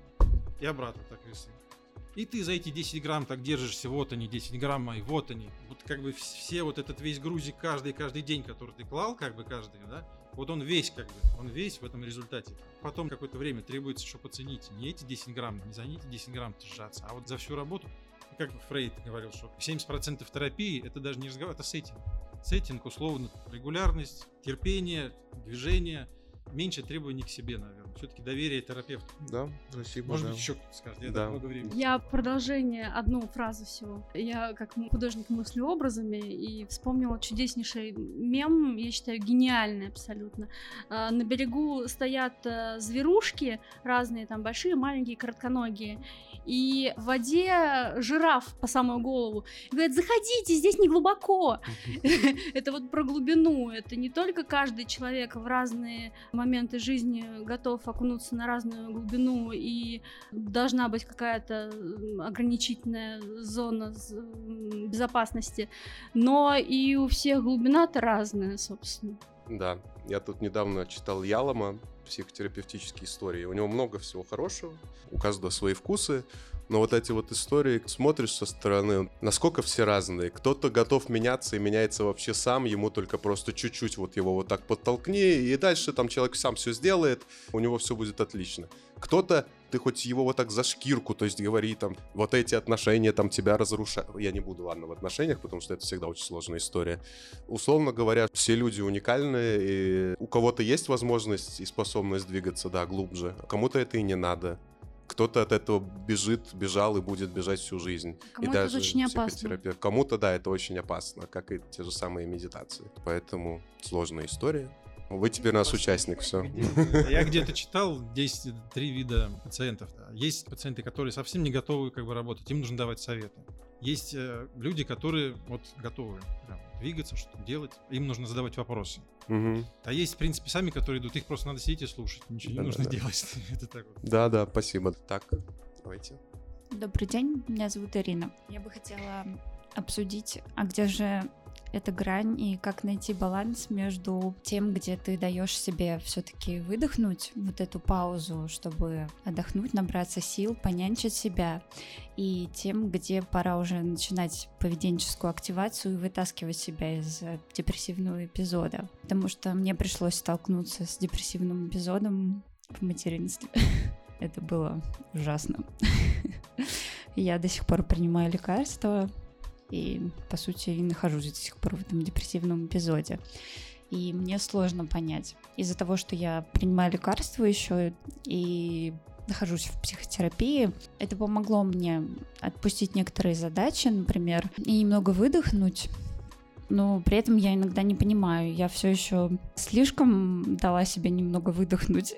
и обратно так весы. И ты за эти десять грамм так держишься, вот они, десять грамм мои, вот они. Вот как бы все вот этот весь грузик каждый, каждый день, который ты клал, как бы каждый, да, вот он весь как бы, он весь в этом результате. Потом какое-то время требуется, чтобы оценить не эти десять грамм, не за эти десять грамм держаться, а вот за всю работу. Как Фрейд говорил, что семьдесят процентов терапии — это даже не разговор, это сеттинг. Сеттинг, условно, регулярность, терпение, движение, меньше требований к себе, наверное. Все-таки доверие терапевту. Да, спасибо. Может да. быть, еще кто-то скажет. Я да. так много времени. Я продолжение одну фразу всего. Я как художник мыслю образами и вспомнила чудеснейший мем, я считаю, гениальный абсолютно. На берегу стоят зверушки разные, там большие, маленькие, коротконогие. И в воде жираф по самую голову. И говорит: заходите, здесь не глубоко. Это вот про глубину. Это не только каждый человек в разные моменты жизни готов окунуться на разную глубину, и должна быть какая-то ограничительная зона безопасности, но и у всех глубина-то разная, собственно. Да, я тут недавно читал Ялома, психотерапевтические истории. У него много всего хорошего, у каждого свои вкусы, но вот эти вот истории, смотришь со стороны, насколько все разные. Кто-то готов меняться и меняется вообще сам, ему только просто чуть-чуть вот его вот так подтолкни, и дальше там человек сам все сделает, у него все будет отлично. Кто-то, ты хоть его вот так за шкирку, то есть говори там, вот эти отношения там тебя разрушают. Я не буду, ладно, в отношениях, потому что это всегда очень сложная история. Условно говоря, все люди уникальны, и у кого-то есть возможность и способность двигаться, да, глубже, а кому-то это и не надо. Кто-то от этого бежит, бежал и будет бежать всю жизнь. Кому-то и даже это очень опасно. Кому-то, да, это очень опасно, как и те же самые медитации. Поэтому сложная история. Вы теперь у нас участник, все. Я где-то читал, есть три вида пациентов. Есть пациенты, которые совсем не готовы как бы работать, им нужно давать советы. Есть э, люди, которые вот готовы прям двигаться, что-то делать, им нужно задавать вопросы. Угу. А есть, в принципе, сами, которые идут, их просто надо сидеть и слушать, ничего да, не нужно да. делать. Это так вот. Да, да, спасибо. Так, давайте. Добрый день, меня зовут Ирина. Я бы хотела обсудить, а где же эта грань и как найти баланс между тем, где ты даешь себе все-таки выдохнуть, вот эту паузу, чтобы отдохнуть, набраться сил, понянчить себя, и тем, где пора уже начинать поведенческую активацию и вытаскивать себя из депрессивного эпизода. Потому что мне пришлось столкнуться с депрессивным эпизодом в материнстве. Это было ужасно. Я до сих пор принимаю лекарства, и, по сути, и нахожусь до сих пор в этом депрессивном эпизоде. И мне сложно понять. Из-за того, что я принимаю лекарства еще и нахожусь в психотерапии, это помогло мне отпустить некоторые задачи, например, и немного выдохнуть. Но при этом я иногда не понимаю, я все еще слишком дала себе немного выдохнуть.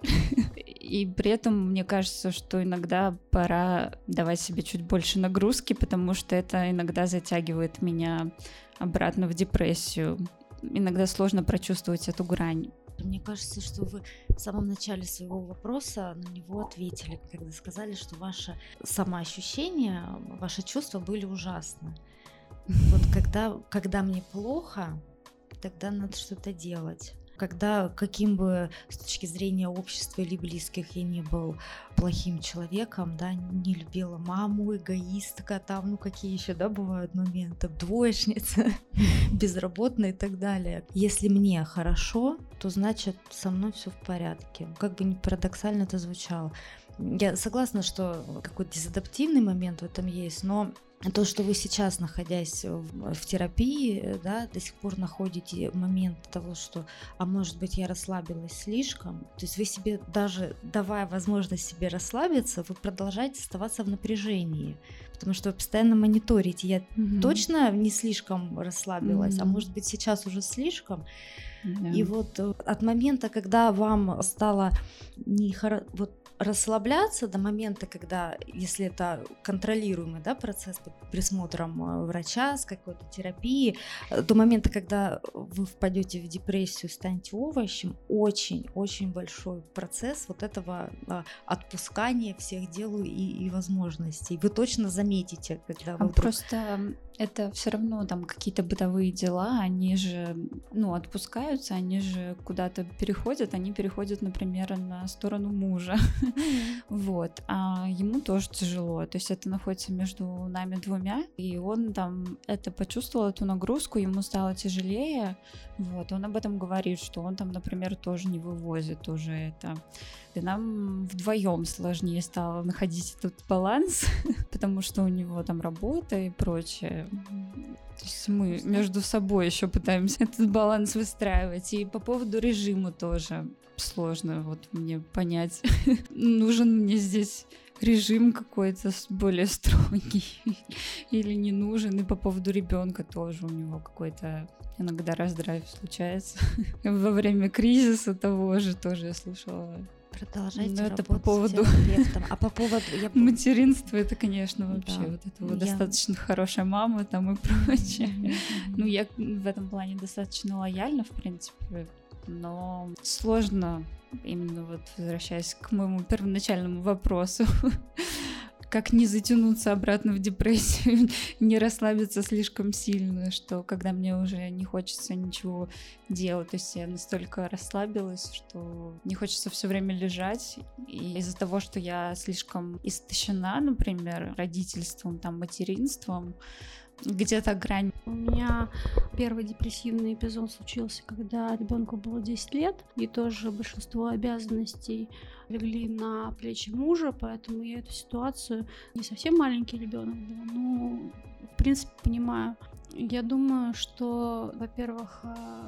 И при этом мне кажется, что иногда пора давать себе чуть больше нагрузки, потому что это иногда затягивает меня обратно в депрессию. Иногда сложно прочувствовать эту грань. Мне кажется, что вы в самом начале своего вопроса на него ответили, когда сказали, что ваше самоощущение, ваши чувства были ужасны. Вот когда, когда мне плохо, тогда надо что-то делать. Когда, каким бы с точки зрения общества или близких я не был плохим человеком, да, не любила маму, эгоистка, там, ну какие еще, да, бывают моменты, двоечница, безработная и так далее. Если мне хорошо, то значит со мной все в порядке. Как бы ни парадоксально это звучало. Я согласна, что какой-то дезадаптивный момент в этом есть, но то, что вы сейчас, находясь в, в терапии, да, до сих пор находите момент того, что, а может быть, я расслабилась слишком, то есть вы себе, даже давая возможность себе расслабиться, вы продолжаете оставаться в напряжении, потому что вы постоянно мониторите, я mm-hmm. точно не слишком расслабилась, mm-hmm. а может быть, сейчас уже слишком. Yeah. И вот от момента, когда вам стало нехорошо, вот расслабляться до момента, когда, если это контролируемый, да, процесс под присмотром врача с какой-то терапией, до момента, когда вы впадете в депрессию, станете овощем, очень-очень большой процесс вот этого а, отпускания всех дел и, и возможностей. Вы точно заметите, когда вы... А просто это все равно там какие-то бытовые дела, они же, ну, отпускаются, они же куда-то переходят, они переходят, например, на сторону мужа. Вот, а ему тоже тяжело, то есть это находится между нами двумя, и он там это почувствовал, эту нагрузку, ему стало тяжелее, вот, он об этом говорит, что он там, например, тоже не вывозит уже это, и нам вдвоем сложнее стало находить этот баланс, потому что у него там работа и прочее. То есть мы между собой еще пытаемся этот баланс выстраивать. И по поводу режима тоже сложно вот мне понять, нужен мне здесь режим какой-то более строгий или не нужен. И по поводу ребенка тоже у него какой-то иногда раздрайв случается. Во время кризиса того же тоже я слушала. Продолжайте это работать по поводу с терапевтом. А по поводу я... материнства, это, конечно, вообще да. вот это вот я... достаточно хорошая мама там и прочее. Mm-hmm. Ну, я в этом плане достаточно лояльна, в принципе, но сложно, именно вот возвращаясь к моему первоначальному вопросу, как не затянуться обратно в депрессию, не расслабиться слишком сильно, что когда мне уже не хочется ничего делать, то есть я настолько расслабилась, что не хочется все время лежать, и из-за того, что я слишком истощена, например, родительством, там, материнством, где-то грань. У меня первый депрессивный эпизод случился, когда ребенку было десять лет, и тоже большинство обязанностей легли на плечи мужа, поэтому я эту ситуацию, не совсем маленький ребенок был, но в принципе понимаю. Я думаю, что, во-первых,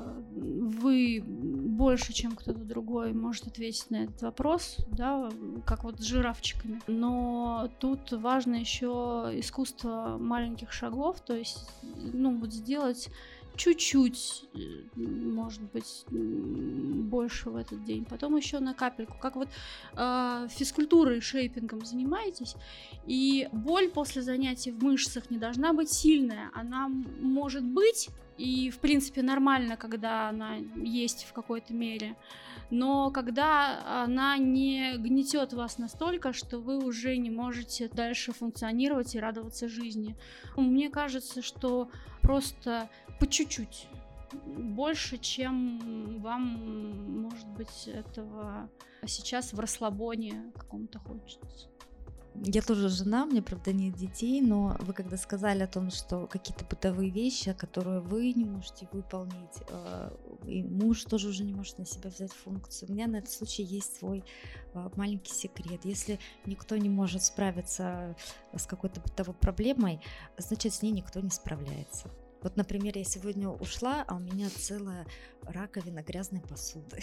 вы больше, чем кто-то другой, может ответить на этот вопрос, да, как вот с жирафчиками. Но тут важно еще искусство маленьких шагов, то есть, ну, вот сделать чуть-чуть, может быть, больше в этот день, потом еще на капельку. Как вот э, физкультурой, шейпингом занимаетесь, и боль после занятий в мышцах не должна быть сильная. Она может быть, и в принципе нормально, когда она есть в какой-то мере, но когда она не гнетет вас настолько, что вы уже не можете дальше функционировать и радоваться жизни. Мне кажется, что просто по чуть-чуть больше, чем вам, может быть, этого сейчас в расслабоне каком-то хочется. Я тоже жена, мне, правда, нет детей, но вы когда сказали о том, что какие-то бытовые вещи, которые вы не можете выполнить, и муж тоже уже не может на себя взять функцию, у меня на этот случай есть свой маленький секрет. Если никто не может справиться с какой-то бытовой проблемой, значит, с ней никто не справляется. Вот, например, я сегодня ушла, а у меня целая раковина грязной посуды.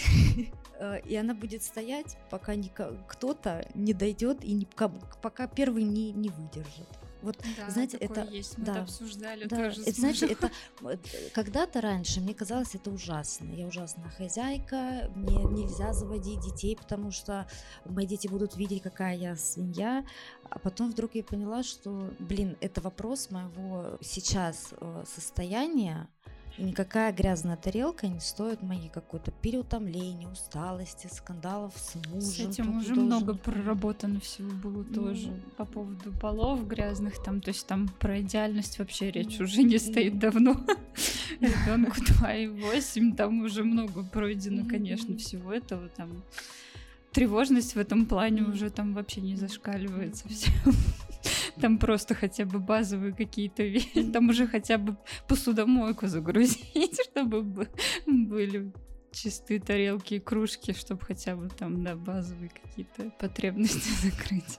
И она будет стоять, пока кто-то не дойдет и не, пока первый не, не выдержит. Вот, да, знаете, такое это есть. Мы да, это обсуждали да, тоже. Это, знаете, это когда-то раньше мне казалось это ужасно. Я ужасная хозяйка, мне нельзя заводить детей, потому что мои дети будут видеть, какая я свинья. А потом вдруг я поняла, что, блин, это вопрос моего сейчас состояния. И никакая грязная тарелка не стоит моей какой-то переутомления, усталости, скандалов с мужем. С этим Тут уже должен... много проработано всего было ну... тоже по поводу полов грязных, там, то есть там про идеальность вообще речь ну... уже не стоит давно. Ребенку два и восемь, там уже много пройдено, конечно, всего этого, там тревожность в этом плане уже там вообще не зашкаливает совсем. Там просто хотя бы базовые какие-то вещи, там уже хотя бы посудомойку загрузить, чтобы были чистые тарелки и кружки, чтобы хотя бы там, да, базовые какие-то потребности закрыть.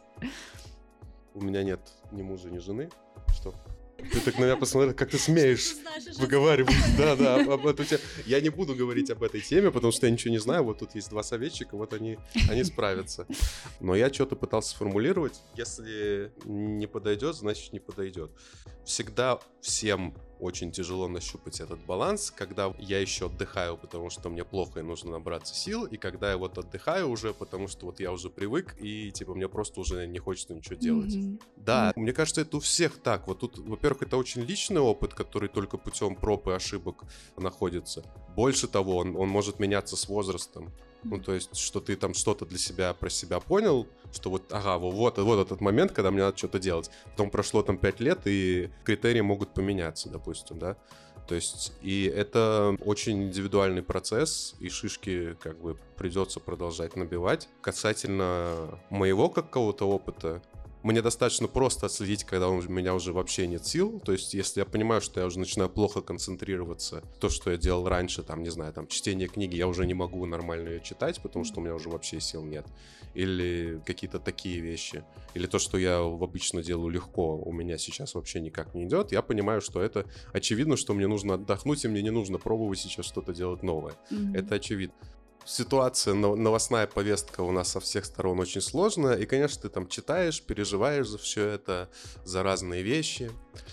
У меня нет ни мужа, ни жены, что... Ты так на меня посмотрел, как ты смеешь выговаривать. Да, да, об этой теме. Я не буду говорить об этой теме, потому что я ничего не знаю. Вот тут есть два советчика, вот они, они справятся. Но я что-то пытался сформулировать. Если не подойдет, значит не подойдет. Всегда всем очень тяжело нащупать этот баланс, когда я еще отдыхаю, потому что мне плохо и нужно набраться сил, и когда я вот отдыхаю уже, потому что вот я уже привык, и типа мне просто уже не хочется ничего делать. Mm-hmm. Да, mm-hmm. Мне кажется, это у всех так. Вот тут, во-первых, это очень личный опыт, который только путем проб и ошибок находится. Больше того, он, он может меняться с возрастом. Ну, то есть, что ты там что-то для себя, про себя понял, что вот, ага, вот, вот этот момент, когда мне надо что-то делать. Потом прошло там пять лет, и критерии могут поменяться, допустим, да. То есть, и это очень индивидуальный процесс, и шишки как бы придется продолжать набивать. Касательно моего какого-то опыта, мне достаточно просто отследить, когда у меня уже вообще нет сил. То есть, если я понимаю, что я уже начинаю плохо концентрироваться, то, что я делал раньше, там, не знаю, там, чтение книги, я уже не могу нормально ее читать, потому что у меня уже вообще сил нет. Или какие-то такие вещи. Или то, что я обычно делаю легко, у меня сейчас вообще никак не идет. Я понимаю, что это очевидно, что мне нужно отдохнуть, и мне не нужно пробовать сейчас что-то делать новое. Mm-hmm. Это очевидно. Ситуация, новостная повестка у нас со всех сторон очень сложная, и, конечно, ты там читаешь, переживаешь за все это, за разные вещи,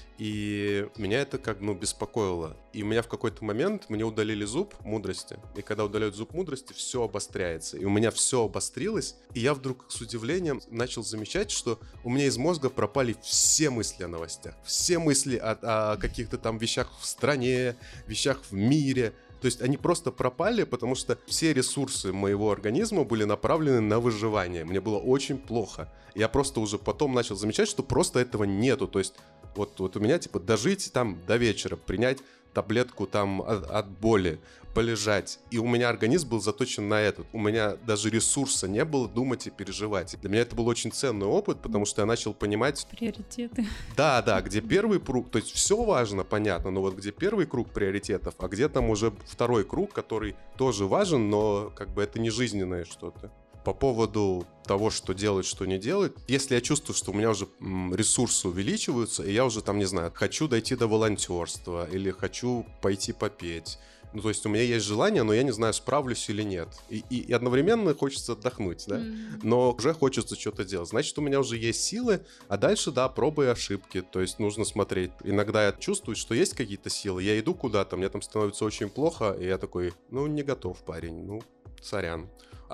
и меня это как, ну, беспокоило. И у меня в какой-то момент, мне удалили зуб мудрости, и когда удаляют зуб мудрости, все обостряется, и у меня все обострилось, и я вдруг с удивлением начал замечать, что у меня из мозга пропали все мысли о новостях, все мысли о, о каких-то там вещах в стране, вещах в мире. То есть они просто пропали, потому что все ресурсы моего организма были направлены на выживание. Мне было очень плохо. Я просто уже потом начал замечать, что просто этого нету. То есть вот, вот у меня типа дожить там до вечера, принять таблетку там от, от боли, полежать. И у меня организм был заточен на это. У меня даже ресурса не было думать и переживать. Для меня это был очень ценный опыт, потому что я начал понимать... Приоритеты. Да, да, где первый круг, то есть все важно, понятно, но вот где первый круг приоритетов, а где там уже второй круг, который тоже важен, но как бы это не жизненное что-то. По поводу того, что делать, что не делать, если я чувствую, что у меня уже м, ресурсы увеличиваются, и я уже там, не знаю, хочу дойти до волонтерства или хочу пойти попеть. Ну, то есть у меня есть желание, но я не знаю, справлюсь или нет. И, и, и одновременно хочется отдохнуть, да? Mm-hmm. Но уже хочется что-то делать. Значит, у меня уже есть силы, а дальше, да, пробы и ошибки. То есть нужно смотреть. Иногда я чувствую, что есть какие-то силы, я иду куда-то, мне там становится очень плохо, и я такой, ну, не готов, парень, ну, сорян.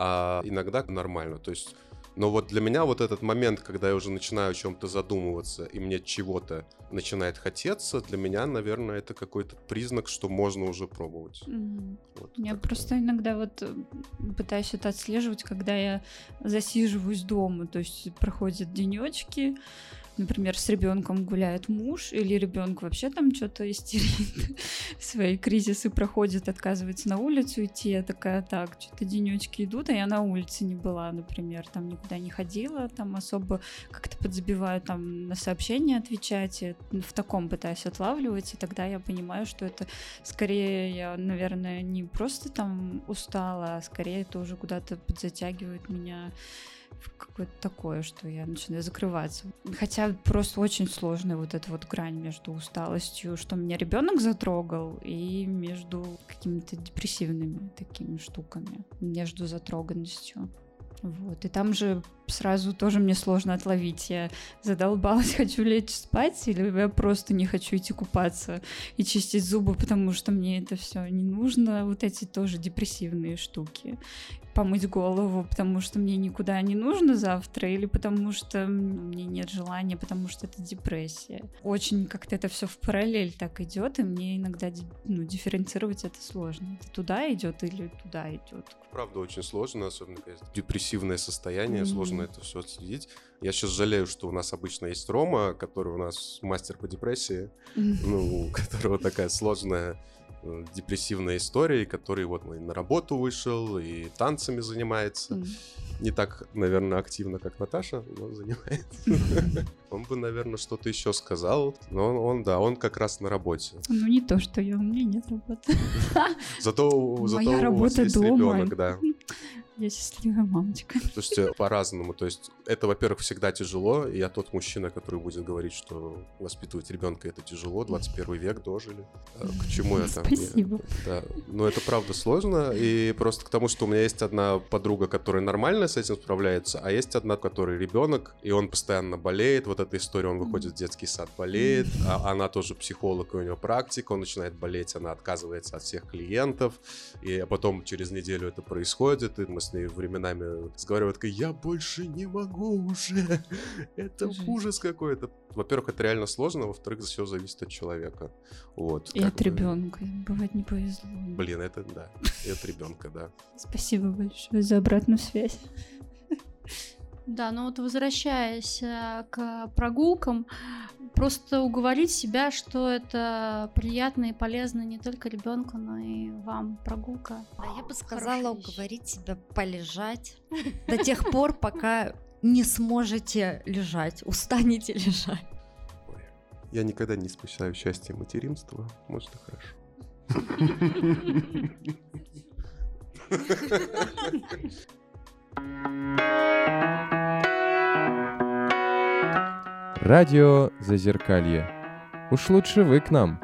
А иногда нормально, то есть... Но вот для меня вот этот момент, когда я уже начинаю о чем-то задумываться, и мне чего-то начинает хотеться, для меня, наверное, это какой-то признак, что можно уже пробовать. Mm-hmm. Вот, я как-то. просто иногда вот пытаюсь это отслеживать, когда я засиживаюсь дома, то есть проходят денечки, например, с ребенком гуляет муж, или ребенок вообще там что-то истерит, свои кризисы проходит, отказывается на улицу идти. Я такая, так, что-то денечки идут, а я на улице не была, например, там никуда не ходила, там особо как-то подзабиваю там на сообщения отвечать, и в таком пытаюсь отлавливать, и тогда я понимаю, что это скорее я, наверное, не просто там устала, а скорее это уже куда-то подзатягивает меня в какое-то такое, что я начинаю закрываться. Хотя просто очень сложная вот эта вот грань между усталостью, что меня ребенок затрогал, и между какими-то депрессивными такими штуками, между затроганностью. Вот. И там же сразу тоже мне сложно отловить. Я задолбалась, хочу лечь спать, или я просто не хочу идти купаться и чистить зубы, потому что мне это все не нужно. Вот эти тоже депрессивные штуки. Помыть голову, потому что мне никуда не нужно завтра, или потому что мне нет желания, потому что это депрессия. Очень как-то это все в параллель так идет, и мне иногда ну, дифференцировать это сложно. Это туда идет или туда идет. Правда, очень сложно, особенно когда депрессивное состояние, mm-hmm. сложно это все отследить. Я сейчас жалею, что у нас обычно есть Рома, который у нас мастер по депрессии, mm-hmm. ну, у которого такая сложная депрессивная история, который вот на работу вышел и танцами занимается. Mm. Не так, наверное, активно, как Наташа, но занимается. Он бы, наверное, что-то еще сказал, но он, да, он как раз на работе. Ну, не то, что я, у меня нет работы. Зато у вас есть ребенок, да. Я счастливая мамочка. Слушайте, по-разному. То есть это, во-первых, всегда тяжело. И я тот мужчина, который будет говорить, что воспитывать ребенка это тяжело. двадцать первый век дожили. К чему это? Спасибо. Да. Но это правда сложно. И просто к тому, что у меня есть одна подруга, которая нормально с этим справляется, а есть одна, которая ребенок, и он постоянно болеет. Вот эта история, он выходит в детский сад, болеет. А она тоже психолог, и у нее практика. Он начинает болеть, она отказывается от всех клиентов. И потом через неделю это происходит, и мы с ней временами разговариваю, такая, я больше не могу уже, это Жесть. Ужас какой-то. Во-первых, это реально сложно, во-вторых, все зависит от человека. Вот, и от бы... ребенка, бывает не повезло. Блин, это да, и от ребенка, да. Спасибо большое за обратную связь. Да, ну вот возвращаясь к прогулкам, просто уговорить себя, что это приятно и полезно не только ребенку, но и вам. Прогулка. Да, я бы сказала уговорить себя полежать до тех пор, пока не сможете лежать, устанете лежать. Ой, я никогда не испытаю счастья материнства, может, и хорошо. Радио Зазеркалье. Уж лучше вы к нам.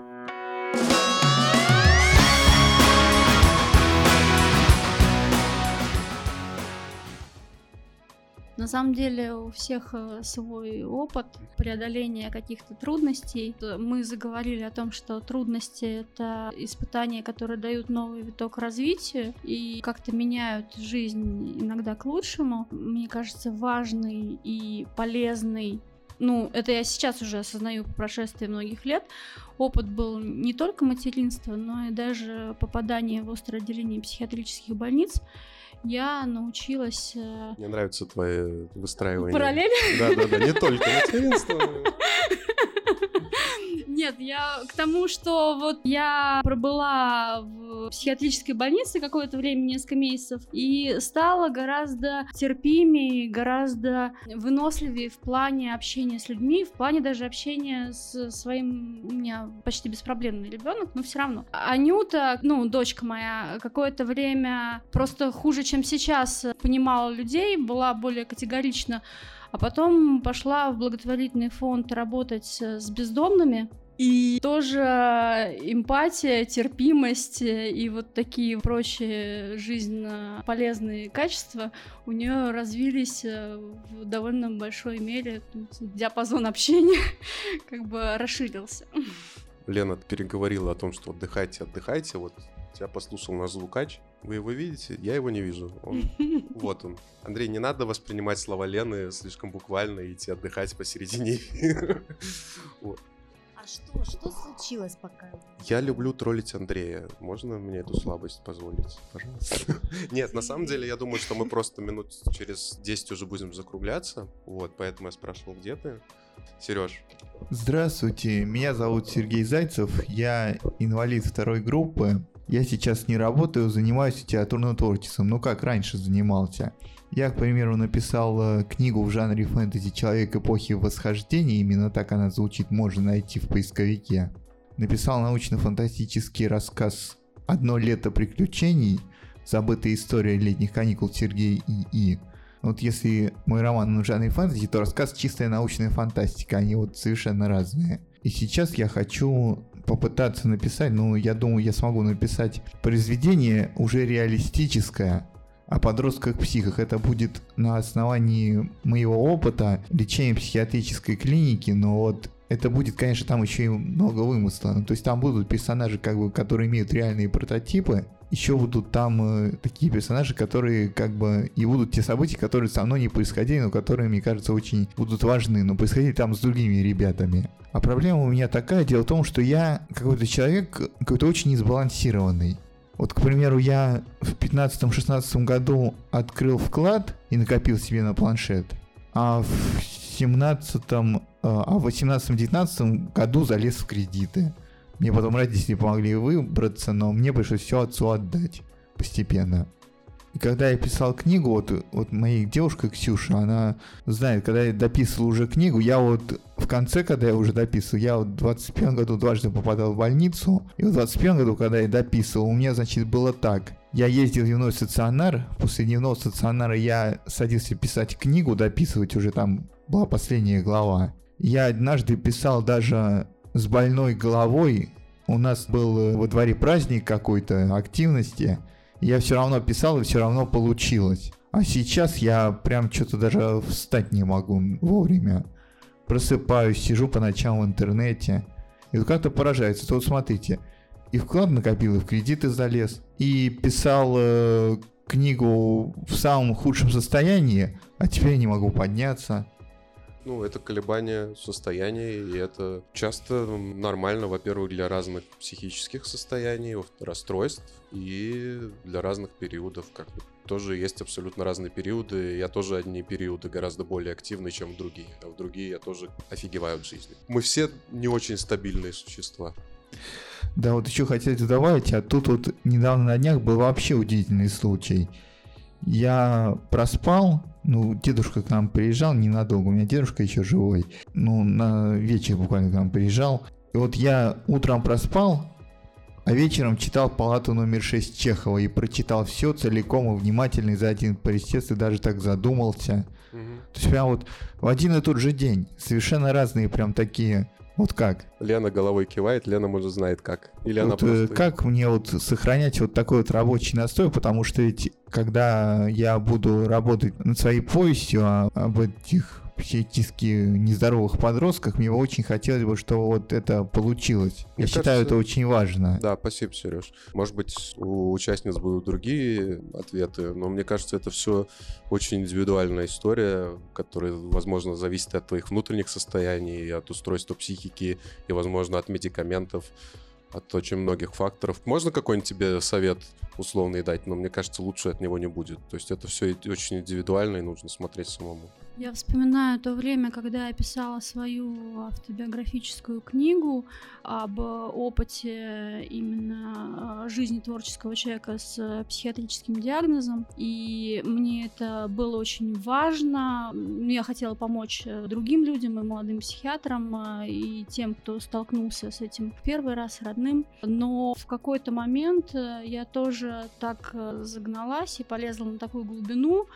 На самом деле у всех свой опыт преодоления каких-то трудностей. Мы заговорили о том, что трудности — это испытания, которые дают новый виток развитию и как-то меняют жизнь иногда к лучшему. Мне кажется, важный и полезный, ну, это я сейчас уже осознаю по прошествии многих лет, опыт был не только материнства, но и даже попадание в острое отделение психиатрических больниц. Я научилась... Мне нравится твое выстраивание. Параллели? Да-да-да, не только материнство. Нет, я к тому, что вот я пробыла в психиатрической больнице какое-то время, несколько месяцев, и стала гораздо терпимее, гораздо выносливее в плане общения с людьми, в плане даже общения с своим, у меня почти беспроблемный ребенок, но все равно. Анюта, ну, дочка моя, какое-то время просто хуже, чем сейчас, понимала людей, была более категорична, а потом пошла в благотворительный фонд работать с бездомными. И тоже эмпатия, терпимость и вот такие прочие жизненно полезные качества у нее развились в довольно большой мере. Диапазон общения как бы расширился. Лена переговорила о том, что отдыхайте, отдыхайте. Вот Тебя послушал наш звукач. Вы его видите? Я его не вижу. Он... Вот он. Андрей, не надо воспринимать слова Лены слишком буквально и идти отдыхать посередине эфира. Вот. А что, что случилось пока? Я люблю троллить Андрея. Можно мне эту слабость позволить? Пожалуйста. Нет, на самом деле, я думаю, что мы просто минут через десять уже будем закругляться. Вот, поэтому я спрашивал, где ты? Сереж. Здравствуйте, меня зовут Сергей Зайцев, я инвалид второй группы. Я сейчас не работаю, занимаюсь литературным творчеством, ну как раньше занимался. Я, к примеру, написал книгу в жанре фэнтези «Человек эпохи Восхождения», именно так она звучит, можно найти в поисковике. Написал научно-фантастический рассказ «Одно лето приключений. Забытая история летних каникул Сергея И.И». Вот если мой роман в жанре фэнтези, то рассказ чистая научная фантастика, они вот совершенно разные. И сейчас я хочу попытаться написать, ну я думаю, я смогу написать произведение уже реалистическое о подростках-психах. Это будет на основании моего опыта лечения психиатрической клиники, но вот это будет, конечно, там еще и много вымысла. Ну, то есть там будут персонажи, как бы, которые имеют реальные прототипы. Еще будут там э, такие персонажи, которые как бы и будут те события, которые со мной не происходили, но которые, мне кажется, очень будут важны, но происходили там с другими ребятами. А проблема у меня такая, дело в том, что я какой-то человек, какой-то очень несбалансированный. Вот, к примеру, я в пятнадцатом-шестнадцатом году открыл вклад и накопил себе на планшет, а в семнадцатом, а в восемнадцатом-девятнадцатом году залез в кредиты. Мне потом родители помогли выбраться, но мне пришлось все отцу отдать постепенно. И когда я писал книгу, вот, вот моя девушка Ксюша, она знает, когда я дописывал уже книгу, я вот в конце, когда я уже дописывал, я вот в двадцать первом году дважды попадал в больницу, и в двадцать первом году, когда я дописывал, у меня, значит, было так. Я ездил в дневной стационар, после дневного стационара я садился писать книгу, дописывать, уже там была последняя глава. Я однажды писал даже с больной головой, у нас был во дворе праздник какой-то, активности, я все равно писал, и все равно получилось. А сейчас я прям что-то даже встать не могу вовремя. Просыпаюсь, сижу по ночам в интернете. И вот как-то поражается. То вот смотрите, и вклад накопил, и в кредиты залез, и писал э, книгу в самом худшем состоянии, а теперь не могу подняться. Ну, это колебания состояния, и это часто нормально, во-первых, для разных психических состояний, расстройств, и для разных периодов. Как бы тоже есть абсолютно разные периоды. Я тоже одни периоды гораздо более активны, чем другие, а в другие я тоже офигеваю от жизни. Мы все не очень стабильные существа. Да, вот еще хотел добавить, а тут вот недавно на днях был вообще удивительный случай. Я проспал, ну, дедушка к нам приезжал ненадолго, у меня дедушка еще живой, ну, на вечер буквально к нам приезжал. И вот я утром проспал, а вечером читал «Палату номер шесть» Чехова и прочитал все целиком и внимательно, и за один присест, и даже так задумался. Угу. То есть прям вот в один и тот же день, совершенно разные прям такие... Вот как? Лена головой кивает, Лена, может, знает как. Или вот, она просто... Как мне вот сохранять вот такой вот рабочий настрой, потому что ведь когда я буду работать над своей повестью а, об этих психически нездоровых подростках, мне очень хотелось бы, чтобы вот это получилось. Мне Я кажется, считаю, это очень важно. Да, спасибо, Сереж. Может быть, у участниц будут другие ответы, но мне кажется, это все очень индивидуальная история, которая, возможно, зависит от твоих внутренних состояний, от устройства психики и, возможно, от медикаментов, от очень многих факторов. Можно какой-нибудь тебе совет условный дать, но мне кажется, лучше от него не будет. То есть это все очень индивидуально и нужно смотреть самому. Я вспоминаю то время, когда я писала свою автобиографическую книгу об опыте именно жизни творческого человека с психиатрическим диагнозом, и мне это было очень важно. Я хотела помочь другим людям, и молодым психиатрам, и тем, кто столкнулся с этим в первый раз, родным. Но в какой-то момент я тоже так загналась и полезла на такую глубину,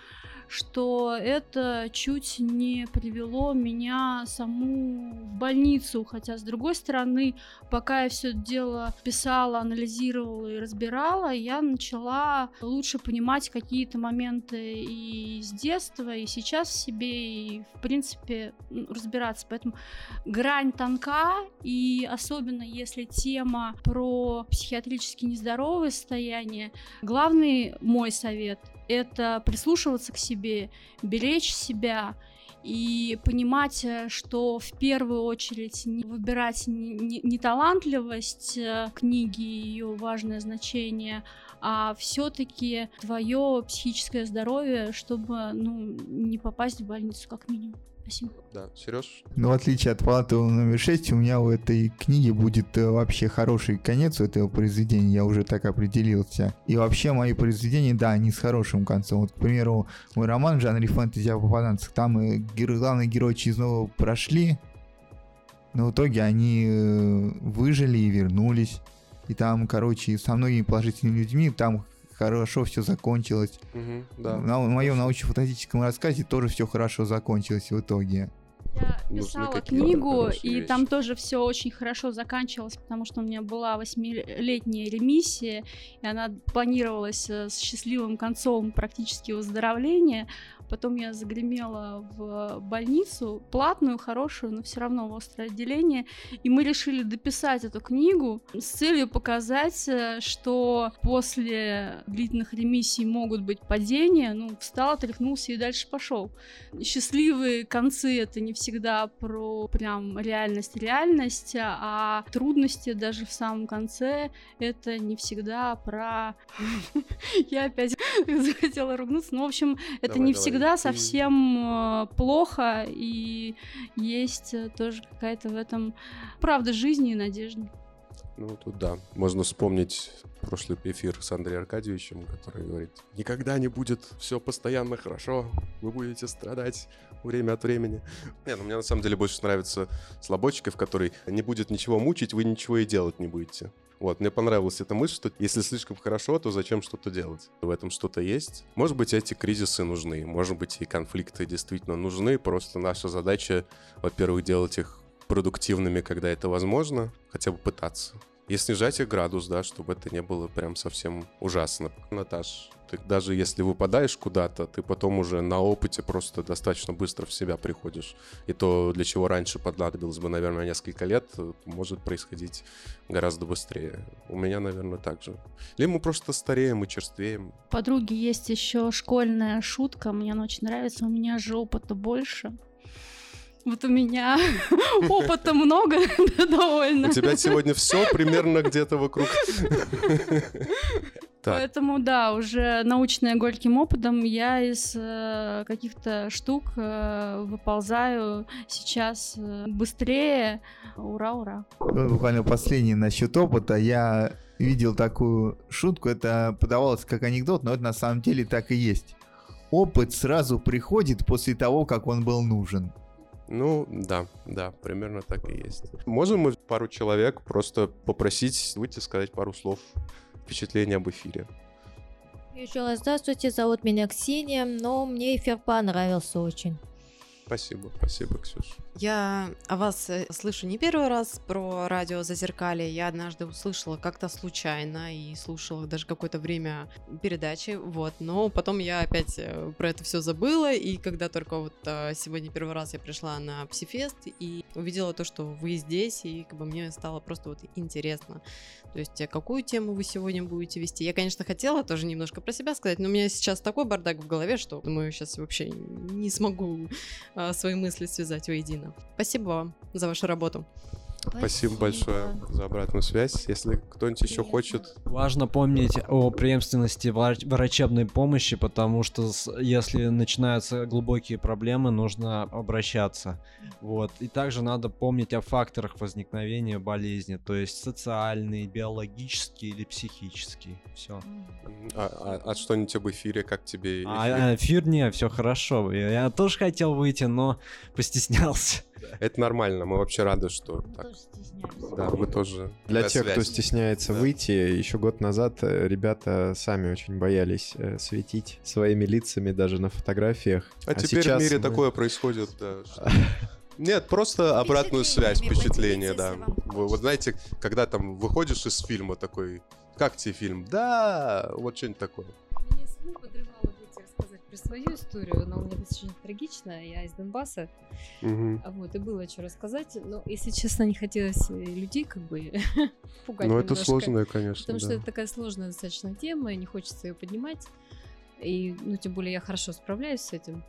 что это чуть не привело меня саму в больницу. Хотя, с другой стороны, пока я все это дело писала, анализировала и разбирала, я начала лучше понимать какие-то моменты и с детства, и сейчас в себе, и, в принципе, разбираться. Поэтому грань тонка, и особенно если тема про психиатрически нездоровое состояние, главный мой совет — это прислушиваться к себе, беречь себя и понимать, что в первую очередь не выбирать не, не, не талантливость книги и ее важное значение, а все-таки твое психическое здоровье, чтобы ну, не попасть в больницу как минимум. Спасибо. Да, Сереж? Ну, в отличие от палаты номер шесть, у меня у этой книги будет вообще хороший конец у этого произведения, я уже так определился. И вообще мои произведения, да, они с хорошим концом. Вот, к примеру, мой роман в жанре фэнтези о попаданцах, там и геро- главные герои через нового прошли, но в итоге они выжили и вернулись. И там, короче, со многими положительными людьми, там хорошо все закончилось. Угу, да. На, в моем научно-фантастическом рассказе тоже все хорошо закончилось в итоге. Я писала книгу, и вещи. Там тоже все очень хорошо заканчивалось, потому что у меня была восьмилетняя ремиссия, и она планировалась с счастливым концом практически выздоровления. Потом я загремела в больницу, платную, хорошую, но все равно в острое отделение. И мы решили дописать эту книгу с целью показать, что после длительных ремиссий могут быть падения. Ну, встал, тряхнулся и дальше пошел. Счастливые концы — это не всегда про прям реальность-реальность, а трудности даже в самом конце — это не всегда про... Я опять захотела ругнуться. Ну, в общем, это не всегда всегда совсем э, плохо, и есть э, тоже какая-то в этом правда жизни и надежда. Ну, тут да. Можно вспомнить прошлый эфир с Андреем Аркадьевичем, который говорит: никогда не будет все постоянно хорошо, вы будете страдать время от времени. Не, ну мне на самом деле больше нравится Слободчиков, который не будет ничего мучить, вы ничего и делать не будете. Вот, мне понравилась эта мысль, что если слишком хорошо, то зачем что-то делать? В этом что-то есть. Может быть, эти кризисы нужны, может быть, и конфликты действительно нужны, просто наша задача, во-первых, делать их продуктивными, когда это возможно, хотя бы пытаться. И снижать их градус, да, чтобы это не было прям совсем ужасно. Наташ, ты даже если выпадаешь куда-то, ты потом уже на опыте просто достаточно быстро в себя приходишь. И то, для чего раньше понадобилось бы, наверное, несколько лет, может происходить гораздо быстрее. У меня, наверное, так же. Либо мы просто стареем и черствеем. Подруги, есть еще школьная шутка, мне она очень нравится, у меня же опыта больше. Вот у меня опыта много довольно. У тебя сегодня все примерно где-то вокруг. Поэтому, да, уже научная горьким опытом, я из э, каких-то штук э, выползаю сейчас э, быстрее. Ура, ура. Буквально последнее насчет опыта. Я видел такую шутку, это подавалось как анекдот, но это на самом деле так и есть. Опыт сразу приходит после того, как он был нужен. Ну, да, да, примерно так и есть. Можем мы пару человек просто попросить выйти, сказать пару слов, впечатления об эфире? Еще раз здравствуйте, зовут меня Ксения, но мне эфир понравился очень. Спасибо, спасибо, Ксюша. Я о вас слышу не первый раз про радио Зазеркалье. Я однажды услышала как-то случайно и слушала даже какое-то время передачи, вот. Но потом я опять про это все забыла, и когда только вот сегодня первый раз я пришла на Псифест и увидела то, что вы здесь, и как бы мне стало просто вот интересно. То есть какую тему вы сегодня будете вести? Я, конечно, хотела тоже немножко про себя сказать, но у меня сейчас такой бардак в голове, что, думаю, сейчас вообще не смогу а, свои мысли связать воедино. Спасибо вам за вашу работу. Спасибо, Спасибо большое за обратную связь. Если кто-нибудь еще хочет... Важно помнить о преемственности врачебной помощи, потому что если начинаются глубокие проблемы, нужно обращаться. Вот. И также надо помнить о факторах возникновения болезни, то есть социальные, биологические или психические. Все. А, а, а что-нибудь об эфире, как тебе эфир? А, эфир не, все хорошо. Я, я тоже хотел выйти, но постеснялся. Да. Это нормально, мы вообще рады, что Мы так. тоже стесняемся. Да, вы тоже. Для Такая тех, кто связь. стесняется Да. выйти, еще год назад э, ребята сами очень боялись э, светить своими лицами даже на фотографиях. А, теперь в сейчас мире мы- такое происходит, да. что- Нет, просто обратную связь, впечатление, да. Вы- Вот знаете, когда там выходишь из фильма такой, как тебе фильм? Да, вот что-нибудь такое. Мне саму подрывало выйти рассказать про свою историю, но у меня достаточно трагичная. Я из Донбасса, Мгм. а вот, и было что рассказать. Но, если честно, не хотелось и людей как бы пугать Ну, это немножко. сложная, конечно, Потому что да. это такая сложная достаточно тема, и не хочется ее поднимать. И, ну, тем более я хорошо справляюсь с этим.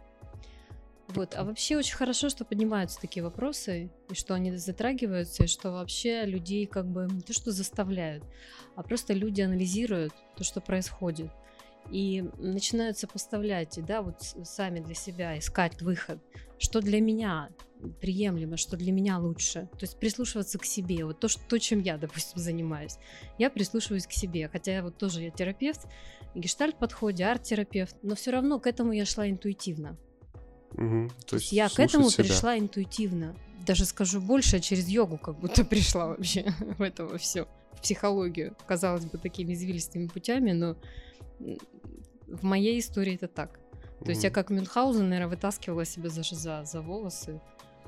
Вот. А вообще очень хорошо, что поднимаются такие вопросы, и что они затрагиваются, и что вообще людей как бы не то, что заставляют, а просто люди анализируют то, что происходит. И начинают сопоставлять, да, вот с- сами для себя искать выход, что для меня приемлемо, что для меня лучше. То есть прислушиваться к себе. Вот то, что, то, чем я, допустим, занимаюсь. Я прислушиваюсь к себе, хотя я вот тоже я терапевт, гештальт-подходе, арт-терапевт, но все равно к этому я шла интуитивно. Мгм. То есть я к этому слушать себя. пришла интуитивно. Даже скажу больше, через йогу как будто пришла вообще в этого все, в психологию. Казалось бы, такими извилистыми путями, но м, в моей истории это так. То есть я Мгм. как Мюнхгаузен, наверное, вытаскивала себя даже за, за волосы.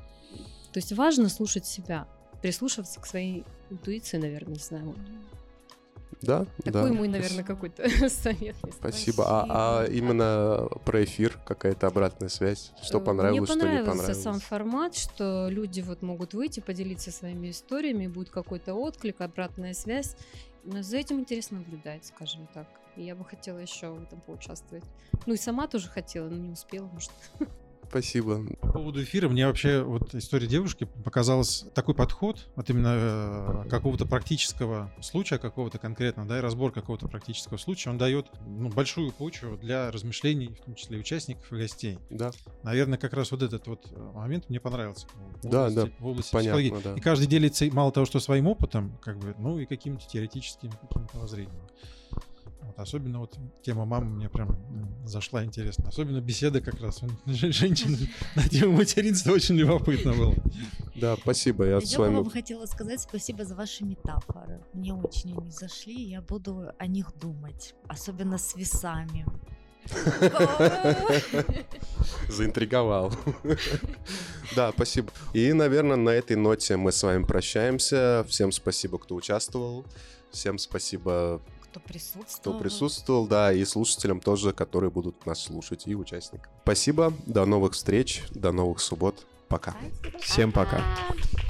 То есть важно слушать себя, прислушиваться к своей интуиции, наверное, не знаю. вот. Да, Такой да. мой, наверное, какой-то совет. не знаю. Спасибо. А, а именно про эфир какая-то обратная связь? Что Э, понравилось, Мне что не понравился понравилось? сам формат, что люди вот могут выйти, поделиться своими историями, будет какой-то отклик, обратная связь. Но за этим интересно наблюдать, скажем так. И я бы хотела еще в этом поучаствовать. Ну и сама тоже хотела, но не успела, может. Спасибо. По поводу эфира, мне вообще вот история девушки показалась такой подход, вот именно э, какого-то практического случая, какого-то конкретно, да, и разбор какого-то практического случая, он дает ну, большую почву для размышлений, в том числе и участников и гостей. Да. Наверное, как раз вот этот вот э, момент мне понравился. В Да, области- да, в области понятно, психологии. да. И каждый делится мало того, что своим опытом, как бы, ну и каким-то теоретическим каким-то воззрением. Вот, особенно вот тема мамы мне прям м, зашла интересно. Особенно беседа как раз женщин на тему материнства очень любопытно было. Да, спасибо, я с Я бы вами... вам хотела сказать спасибо за ваши метафоры. Мне очень они зашли, и я буду о них думать. Особенно с весами. Заинтриговал. Да, спасибо. И, наверное, на этой ноте мы с вами прощаемся. Всем спасибо, кто участвовал. Всем спасибо, Кто присутствовал. кто присутствовал, да, и слушателям тоже, которые будут нас слушать, и участникам. Спасибо, до новых встреч, до новых суббот. Пока. Всем пока. Пока.